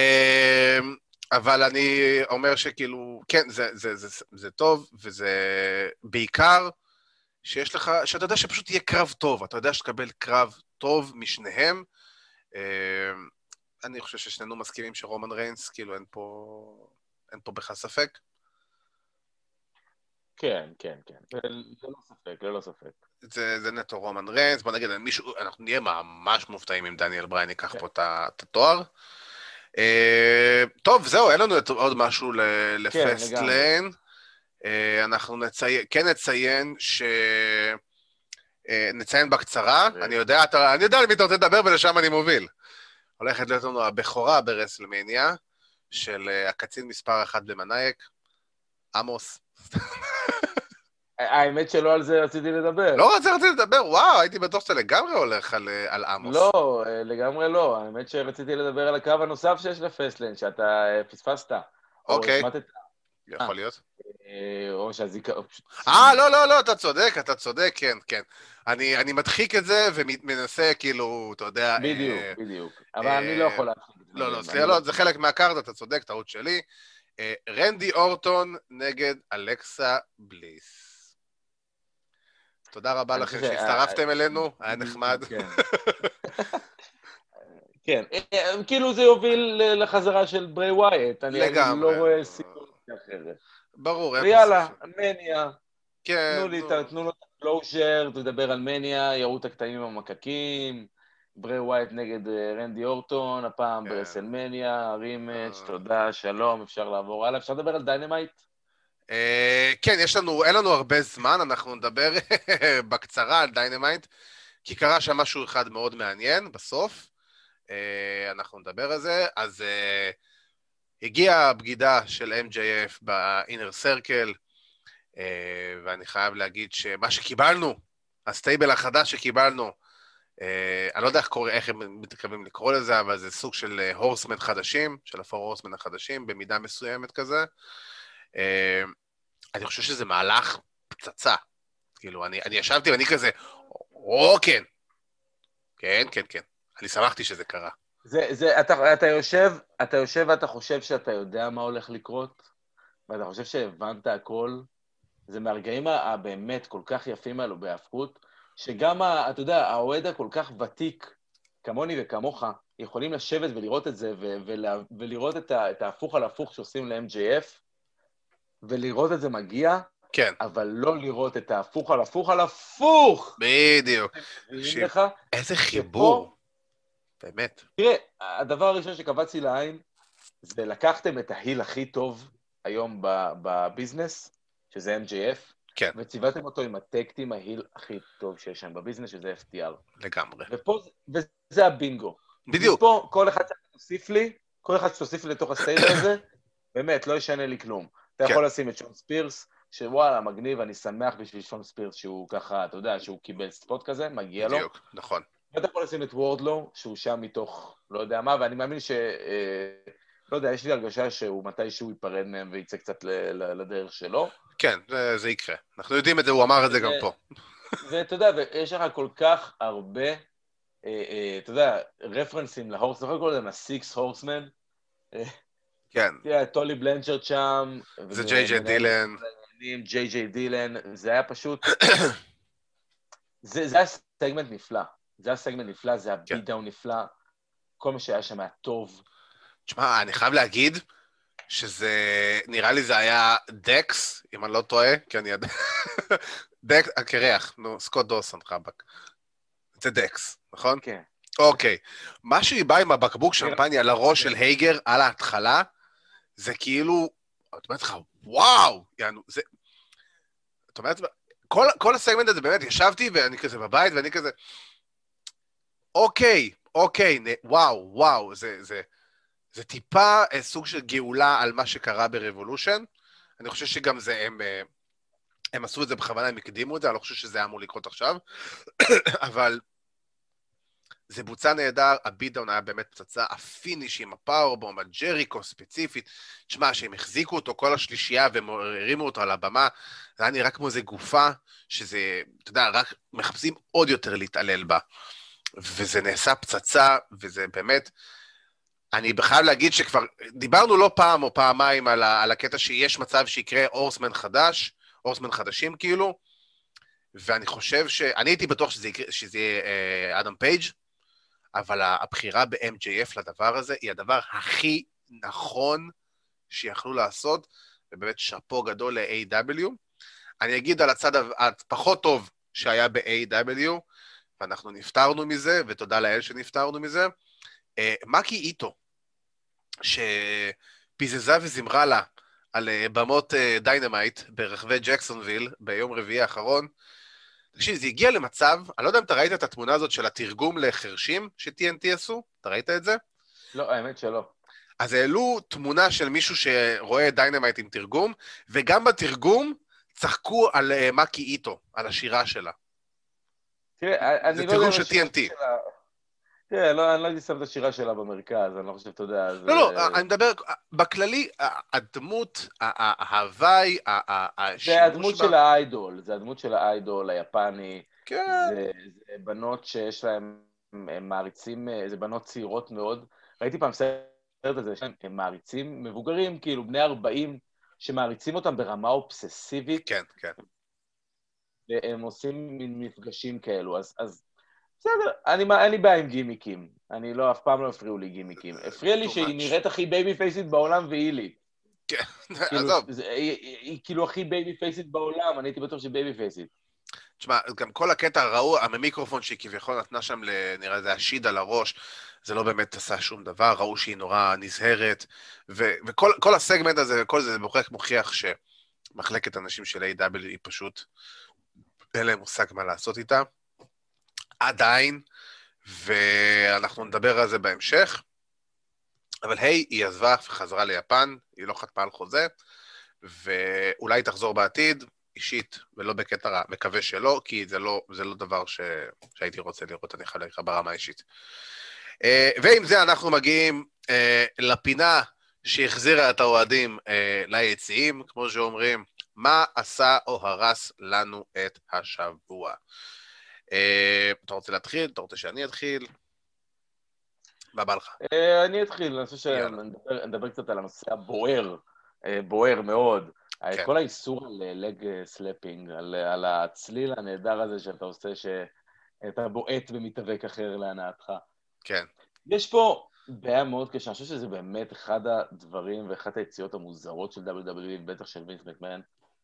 אבל אני אומר שכאילו, כן, זה טוב, וזה בעיקר שיש לך, שאתה יודע שפשוט יהיה קרב טוב, אתה יודע שתקבל קרב טוב משניהם, אני חושב ששנינו מסכימים שרומן ריינס, כאילו אין פה, אין פה בכלל ספק. כן, כן, כן. ללא ספק, ללא ספק. זה, זה נטו רומן ריינס, בוא נגיד, מישהו, אנחנו נהיה ממש מופתעים אם דניאל בריין ייקח פה את התואר. טוב, זהו, אין לנו עוד משהו לפסטליין. אנחנו נציין, כן נציין ש... נציין בקצרה, אני יודע, אני יודע למי אתה רוצה לדבר ולשם אני מוביל. הולכת להיות לנו הבכורה ברסלמניה, של הקצין מספר אחת במנאייק, עמוס. האמת שלא על זה רציתי לדבר. לא על זה רציתי לדבר, וואו, הייתי בטוח שאתה לגמרי הולך על, על עמוס. לא, לגמרי לא, האמת שרציתי לדבר על הקרב הנוסף שיש לפסטליין, שאתה פספסת. אוקיי, יכול להיות. או שהזיקה... אה, לא, לא, לא, אתה צודק, אתה צודק, כן, כן. אני, אני מדחיק את זה ומנסה, כאילו, אתה יודע... בדיוק, בדיוק. אבל אני לא יכול להדחיק את זה. לא, לא, סליחה, לא, זה חלק מהקארד, אתה צודק, טעות שלי. רנדי אורטון נגד אלכסה בליס. תודה רבה לכם שהצטרפתם אלינו, היה נחמד. כן, כאילו זה יוביל לחזרה של ברי ווייט, אני לא רואה סיכוי אחרת. ברור. ויאללה, מניה, תנו לי, תנו לו את הקלוז'ר, תדבר על מניה, יראו את הקטעים המקקים, ברי ווייט נגד רנדי אורטון, הפעם ברסלמניה, רימץ', תודה, שלום, אפשר לעבור הלאה, אפשר לדבר על דיינמייט? כן, יש לנו, אין לנו הרבה זמן, אנחנו נדבר בקצרה על דיינמייט, כי קרה שם משהו אחד מאוד מעניין בסוף, אנחנו נדבר על זה, אז הגיעה הבגידה של אם ג'יי אף באינר סרקל, ואני חייב להגיד שמה שקיבלנו, הסטייבל החדש שקיבלנו, אני לא יודע איך, קורא, איך הם מתכוונים לקרוא לזה, אבל זה סוג של הורסמן חדשים, של הפור הורסמן החדשים, במידה מסוימת כזה. אני חושב שזה מהלך פצצה. כאילו, אני, אני ישבתי ואני כזה, או כן. כן, כן, כן. אני שמחתי שזה קרה. זה, זה, אתה, אתה יושב, אתה יושב ואתה חושב שאתה יודע מה הולך לקרות, ואתה חושב שהבנת הכל. זה מהרגעים הבאמת כל כך יפים האלו בהפקות, שגם, אתה יודע, האוהד הכל כך ותיק, כמוני וכמוך, יכולים לשבת ולראות את זה, ו- ולה- ולראות את, ה- את ההפוך על הפוך שעושים ל-אם ג'יי אף, ולראות את זה מגיע, כן. אבל לא לראות את ההפוך על הפוך על הפוך! בדיוק. ש... לך, איזה חיבור. שפה, באמת. תראה, הדבר הראשון שקבצתי לעין, זה לקחתם את ההיל הכי טוב היום בביזנס, שזה אם ג'יי אף, כן. וציוותתם אותו עם הטקטים ההיל הכי טוב שיש שם בביזנס, שזה אף טי אר. לגמרי. ופה, וזה הבינגו. בדיוק. ופה כל אחד שתוסיף לי, כל אחד שתוסיף לי לתוך הסטייל הזה, באמת, לא ישנה לי כלום. אתה כן. יכול לשים את שון ספירס, שוואלה, מגניב, אני שמח בשביל שון ספירס שהוא ככה, אתה יודע, שהוא קיבל ספוט כזה, מגיע לו. בדיוק, נכון. ואתה יכול לשים את וורדלו, שהוא שם מתוך לא יודע מה, ואני מאמין ש... אה, לא יודע, יש לי הרגשה שהוא מתישהו ייפרד מהם וייצא קצת לדרך שלו. כן, זה, זה יקרה. אנחנו יודעים את זה, הוא אמר את זה גם פה. ואתה יודע, ויש לך כל כך הרבה, אה, אה, אתה יודע, רפרנסים להורס, אתה יכול לקרוא להם הסיקס הורסמן. כן. תראה, טולי בלנצ'רד שם. זה ג'יי ג'יי דילן. ג'יי ג'יי דילן, זה היה פשוט... זה, זה היה סגמנט נפלא. זה היה סגמנט נפלא, זה היה ביט דאון נפלא. כל מה שהיה שם היה טוב. תשמע, אני חייב להגיד שזה, נראה לי זה היה דקס, אם אני לא טועה, כי אני יודע, דקס, הקרח, נו, סקוט דוסון, חבק. זה דקס, נכון? כן. אוקיי. מה שהיא באה עם הבקבוק שמפניה על הראש של הייגר על ההתחלה, זה כאילו, את אומרת לך, וואו, יענו, זה, את אומרת, כל, כל הסגמנט הזה באמת, ישבתי ואני כזה בבית, ואני כזה, אוקיי, אוקיי, וואו, וואו, זה, זה, זה טיפה סוג של גאולה על מה שקרה ברבולושן. אני חושב שגם זה, הם, הם עשו את זה בכוונה, הם הקדימו את זה, אני לא חושב שזה היה אמור לקרות עכשיו, אבל זה בוצע נהדר, הביטדאון היה באמת פצצה, הפיניש עם הפאורבום, הג'ריקו ספציפית, תשמע, שהם החזיקו אותו כל השלישייה והם הרימו אותו על הבמה, זה היה נראה כמו איזה גופה, שזה, אתה יודע, רק מחפשים עוד יותר להתעלל בה, וזה נעשה פצצה, וזה באמת, אני חייב להגיד שכבר, דיברנו לא פעם או פעמיים על, ה, על הקטע שיש מצב שיקרה אורסמן חדש, אורסמן חדשים כאילו, ואני חושב ש... אני הייתי בטוח שזה, יקרה, שזה יהיה אה, אדם פייג', אבל הבחירה ב-אם ג'יי אף לדבר הזה, היא הדבר הכי נכון שיכלו לעשות, ובאמת שפו גדול ל-איי דאבליו. אני אגיד על הצד הפחות טוב שהיה ב-איי דאבליו, ואנחנו נפטרנו מזה, ותודה לאל שנפטרנו מזה, מקי איטו, שפיזזה וזמרה לה על במות דיינמייט ברחבי ג'קסונוויל ביום רביעי האחרון, תקשיב, זה הגיע למצב, אני לא יודע אם אתה ראית את התמונה הזאת של התרגום לחרשים ש-טי אן טי עשו, אתה ראית את זה? לא, האמת שלא. אז העלו תמונה של מישהו שרואה דיינמייט עם תרגום, וגם בתרגום צחקו על מקי איטו, על השירה שלה. תראה, זה תרגום של טי אן טי. תראה, לא, אני לא הייתי שם את השירה שלה במרכז, אני לא חושב, אתה יודע. לא, לא, אני מדבר, בכללי, הדמות, ההוואי, השימוש... זה הדמות של האיידול, זה הדמות של האיידול היפני. כן. זה בנות שיש להן, הם מעריצים, זה בנות צעירות מאוד. ראיתי פעם סרט הזה, הם מעריצים מבוגרים, כאילו בני ארבעים, שמעריצים אותם ברמה אובססיבית. כן, כן. והם עושים מין מפגשים כאלו, אז... אז בסדר, אני, אין לי בעיה עם גימיקים. אני לא, אף פעם לא הפריעו לי גימיקים. הפריע לי שהיא נראית הכי בייבי פייסית בעולם והיא לי. כן, כאילו, עזוב. זה, היא, היא כאילו הכי בייבי פייסית בעולם, אני הייתי בטוח שהיא בייבי פייסית. תשמע, גם כל הקטע ראו, המיקרופון שהיא כביכול נתנה שם, נראה זה השיד על הראש, זה לא באמת עשה שום דבר, ראו שהיא נורא נזהרת, ו- וכל כל הסגמנט הזה, וכל זה, זה מוכיח מוכיח ש... מחלקת אנשים של איי דאבליו היא פשוט, אין להם מושג מה לעשות איתה, עדיין, ואנחנו נדבר על זה בהמשך, אבל היי, היא עזבה וחזרה ליפן, היא לא חתמה על חוזה, ואולי תחזור בעתיד, אישית, ולא בקטע רע, מקווה שלא, כי זה לא, זה לא דבר ש... שהייתי רוצה לראות, אני חלק לך ברמה האישית. ועם זה אנחנו מגיעים לפינה שהחזירה את האוהדים ליציעים, כמו שאומרים, מה עשה או הרס לנו את השבוע. אתה רוצה להתחיל? אתה רוצה שאני אתחיל? מה בא לך? אני אתחיל, אני חושב שנדבר קצת על הנושא הבוער, בוער מאוד. כל האיסור על לג סלפינג, על הצליל הנהדר הזה שאתה עושה, שאתה בועט ומתאבק אחר להנאתך. כן. יש פה בעיה מאוד קשה, אני חושב שזה באמת אחד הדברים ואחת היציאות המוזרות של דאבליו דאבליו אי, בטח של וינס מקמן.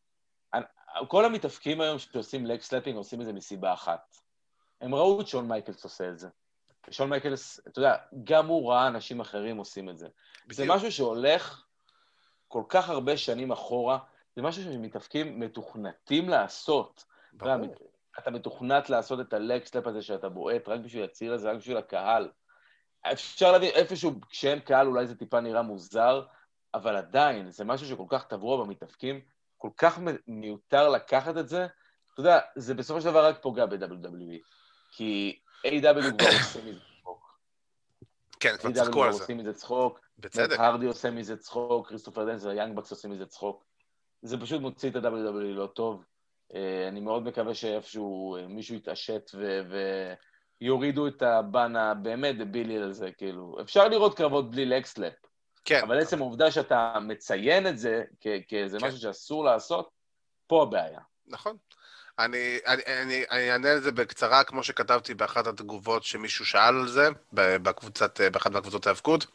כל המתאבקים היום שעושים לג סלפינג עושים את זה מסיבה אחת. הם ראו את שון מייקלס עושה את זה. שון מייקלס, אתה יודע, גם הוא ראה אנשים אחרים עושים את זה. בדיוק. זה משהו שהולך כל כך הרבה שנים אחורה, זה משהו שמתאבקים מתוכנתים לעשות. אתה, יודע, אתה מתוכנת לעשות את הלג סלפ הזה שאתה בועט, רק בשביל הציר הזה, רק בשביל הקהל. אפשר להבין, איפשהו כשאין קהל אולי זה טיפה נראה מוזר, אבל עדיין, זה משהו שכל כך טבוע במתאבקים, כל כך מיותר לקחת את זה, אתה יודע, זה בסופו של דבר רק פוגע ב-דאבליו דאבליו אי, כי איי דאבליו כבר עושים מזה צחוק. כן, כבר צחקו על זה. עושים מזה צחוק, בצדק. הרדי עושה מזה צחוק, כריסטופר דנס והיאנג בקס עושים מזה צחוק. זה פשוט מוציא את ה-דאבליו דאבליו אי לא טוב. אני מאוד מקווה שאיפשהו מישהו יתעשת ויורידו את הבן הבאמת דבילי הזה, כאילו. אפשר לראות קרבות בלי לגסלאפ. כן. אבל עצם העובדה שאתה מציין את זה כאיזה משהו שאסור לעשות, פה הבעיה. נכון. אני, אני, אני, אני אענה על זה בקצרה, כמו שכתבתי באחת התגובות שמישהו שאל על זה, בקבוצת, באחת מהקבוצות ההאבקות.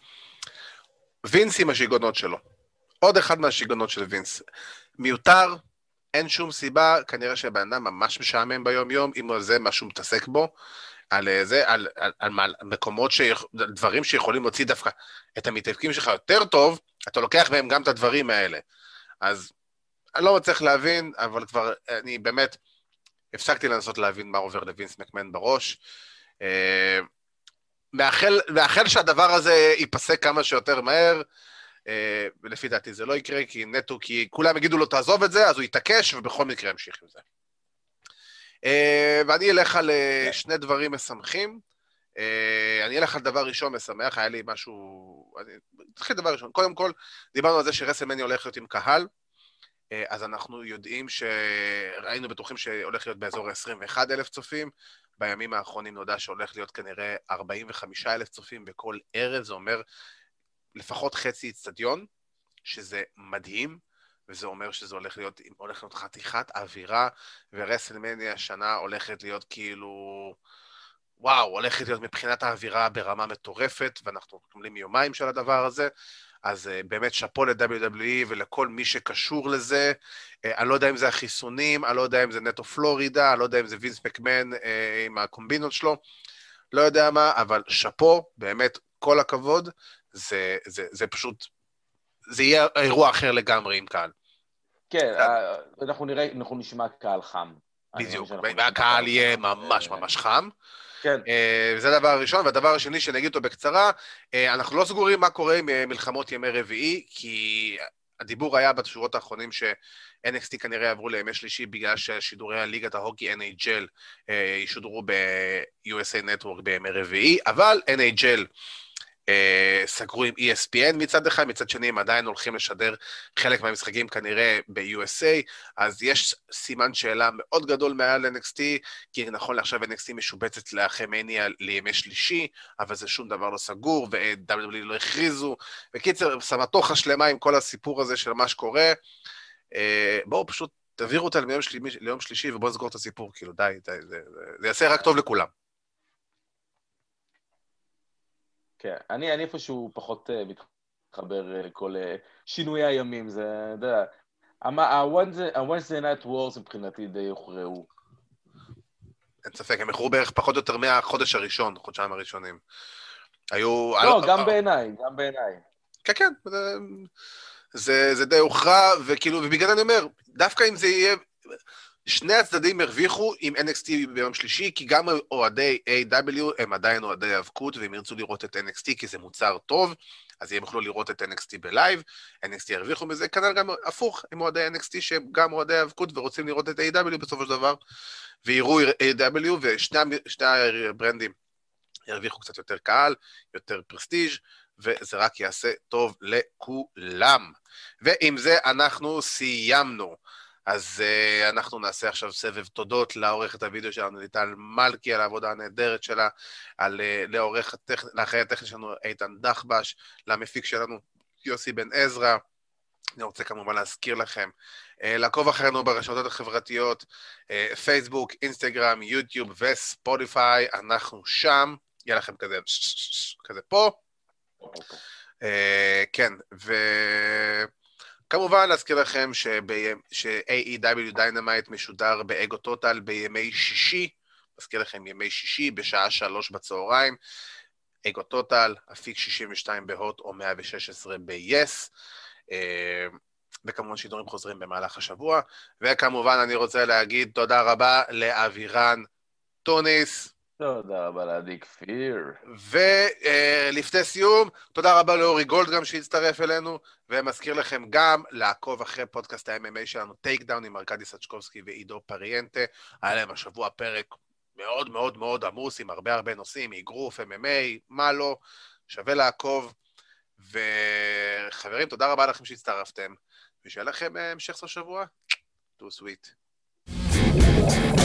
וינס עם השיגונות שלו. עוד אחד מהשיגונות של וינס. מיותר, אין שום סיבה, כנראה שהבן אדם ממש משעמם ביום יום, אם זה משהו מתעסק בו, על זה, על, על, על, על מקומות, שיכ, דברים שיכולים להוציא דווקא את המתאבקים שלך יותר טוב, אתה לוקח מהם גם את הדברים האלה. אז אני לא מצליח להבין, אבל כבר אני באמת הפסקתי לנסות להבין מה עובר לווינס מקמן בראש. מאחל, מאחל שהדבר הזה ייפסק כמה שיותר מהר, ולפי דעתי זה לא יקרה, כי נטו, כי כולם יגידו לו תעזוב את זה, אז הוא יתעקש, ובכל מקרה ימשיך עם זה. ואני אלך על שני דברים משמחים. אני אלך על דבר ראשון משמח, היה לי משהו... תתחיל דבר ראשון. קודם כל, דיברנו על זה שרסלמניה הולך להיות עם קהל, אז אנחנו יודעים שראינו בטוחים שהולך להיות באזור עשרים ואחד אלף צופים, בימים האחרונים נודע שהולך להיות כנראה ארבעים וחמישה אלף צופים בכל ערב, זה אומר לפחות חצי אצטדיון, שזה מדהים, וזה אומר שזה הולך להיות, הולך להיות חתיכת אווירה, ורסלמניה השנה הולכת להיות כאילו, וואו, הולכת להיות מבחינת האווירה ברמה מטורפת, ואנחנו קומלים יומיים של הדבר הזה, אז uh, באמת שפו ל-דאבליו דאבליו אי ולכל מי שקשור לזה, uh, אני לא יודע אם זה החיסונים, אני לא יודע אם זה נטו פלורידה, אני לא יודע אם זה וינס מקמן uh, עם הקומבינות שלו, לא יודע מה, אבל שפו, באמת כל הכבוד, זה, זה, זה פשוט, זה יהיה אירוע אחר לגמרי עם קהל. כן, אנחנו נראה, אנחנו נשמע קהל חם. בדיוק, והקהל יהיה ממש ממש חם. כן. וזה הדבר הראשון, והדבר השני שנגיד אותו בקצרה, אנחנו לא סגורים מה קורה עם מלחמות ימי רביעי, כי הדיבור היה בשורות האחרונים ש-אן אקס טי כנראה יעברו לימי שלישי, בגלל ששידורי הליגת ההוקי אן אייץ' אל ישודרו ב-יו אס איי Network בימי רביעי, אבל אן אייץ' אל סגרו עם אי אס פי אן מצד אחד, מצד שני הם עדיין הולכים לשדר חלק מהמשחקים כנראה ב-יו אס איי, אז יש סימן שאלה מאוד גדול מעל אן אקס טי, כי נכון לעכשיו אן אקס טי משובצת לאחרי מניה לימי שלישי, אבל זה שום דבר לא סגור, ו-דאבליו דאבליו אי לא הכריזו, וקיצר, סמטוחה שלמה עם כל הסיפור הזה של מה שקורה, בואו פשוט תעבירו אותה ליום, שלי, ליום שלישי, ובואו נסגור את הסיפור, כאילו די, די זה, זה, זה יעשה רק טוב לכולם. כן, אני, אני איפשהו פחות מתחבר לכל שינוי הימים, זה, אתה יודע, ה-Wednesday Night Wars מבחינתי די יוכרעו. אין ספק, הם יכרו בערך פחות או יותר מהחודש הראשון, חודשיים הראשונים. היו... לא, גם בעיניי, גם בעיניי. כן, כן, זה, זה די הוכרע, וכאילו, ובגלל אני אומר, דווקא אם זה יהיה, שני הצדדים הרוויחו עם אן אקס טי ביום שלישי, כי גם אוהדי איי דאבליו הם עדיין אוהדי האבקות, והם ירצו לראות את אן אקס טי כי זה מוצר טוב, אז הם יוכלו לראות את אן אקס טי בלייב, אן אקס טי הרוויחו מזה, כנראה גם הפוך עם אוהדי אן אקס טי שהם גם אוהדי האבקות ורוצים לראות את איי דאבליו בסופו של דבר, ויראו איי דאבליו, ושני הברנדים ירוויחו קצת יותר קהל, יותר פרסטיג', וזה רק יעשה טוב לכולם. ועם זה אנחנו סיימנו. אז uh, אנחנו נעשה עכשיו סבב תודות לעורכת הוידאו שלנו, ליטל מלכי, על העבודה הנהדרת שלה, על, uh, לעורך הטכ... לאחרי הטכני שלנו איתן דחבש, למפיק שלנו יוסי בן עזרא. אני רוצה כמובן להזכיר לכם, uh, לעקוב אחרינו ברשתות החברתיות, uh, פייסבוק, אינסטגרם, יוטיוב וספוטיפיי, אנחנו שם, יהיה לכם כזה, כזה פה. Uh, כן, ו... כמובן, להזכיר לכם ש-איי אי דאבליו Dynamite משודר באגו טוטל בימי שישי, מזכיר לכם ימי שישי בשעה שלוש בצהריים, אגו טוטל, אפיק שישים ושתיים בהוט או מאה ושש עשרה ב-yes, וכמובן שידורים חוזרים במהלך השבוע, וכמובן אני רוצה להגיד תודה רבה לאבירן טוניס, תודה רבה לעדי כפיר. ולפני סיום, תודה רבה לאורי גולד גם שהצטרף אלינו, ומזכיר לכם גם לעקוב אחרי פודקאסט ה-אם אם איי שלנו, טייק דאון עם ארכדי סצ'קובסקי ועידו פריאנטה, היה להם השבוע פרק מאוד מאוד מאוד עמוס, עם הרבה הרבה נושאים, אגרוף, אם אם איי, מה לא, שווה לעקוב, וחברים, תודה רבה לכם שהצטרפתם, ושיהיה לכם המשך סוף שבוע, too sweet.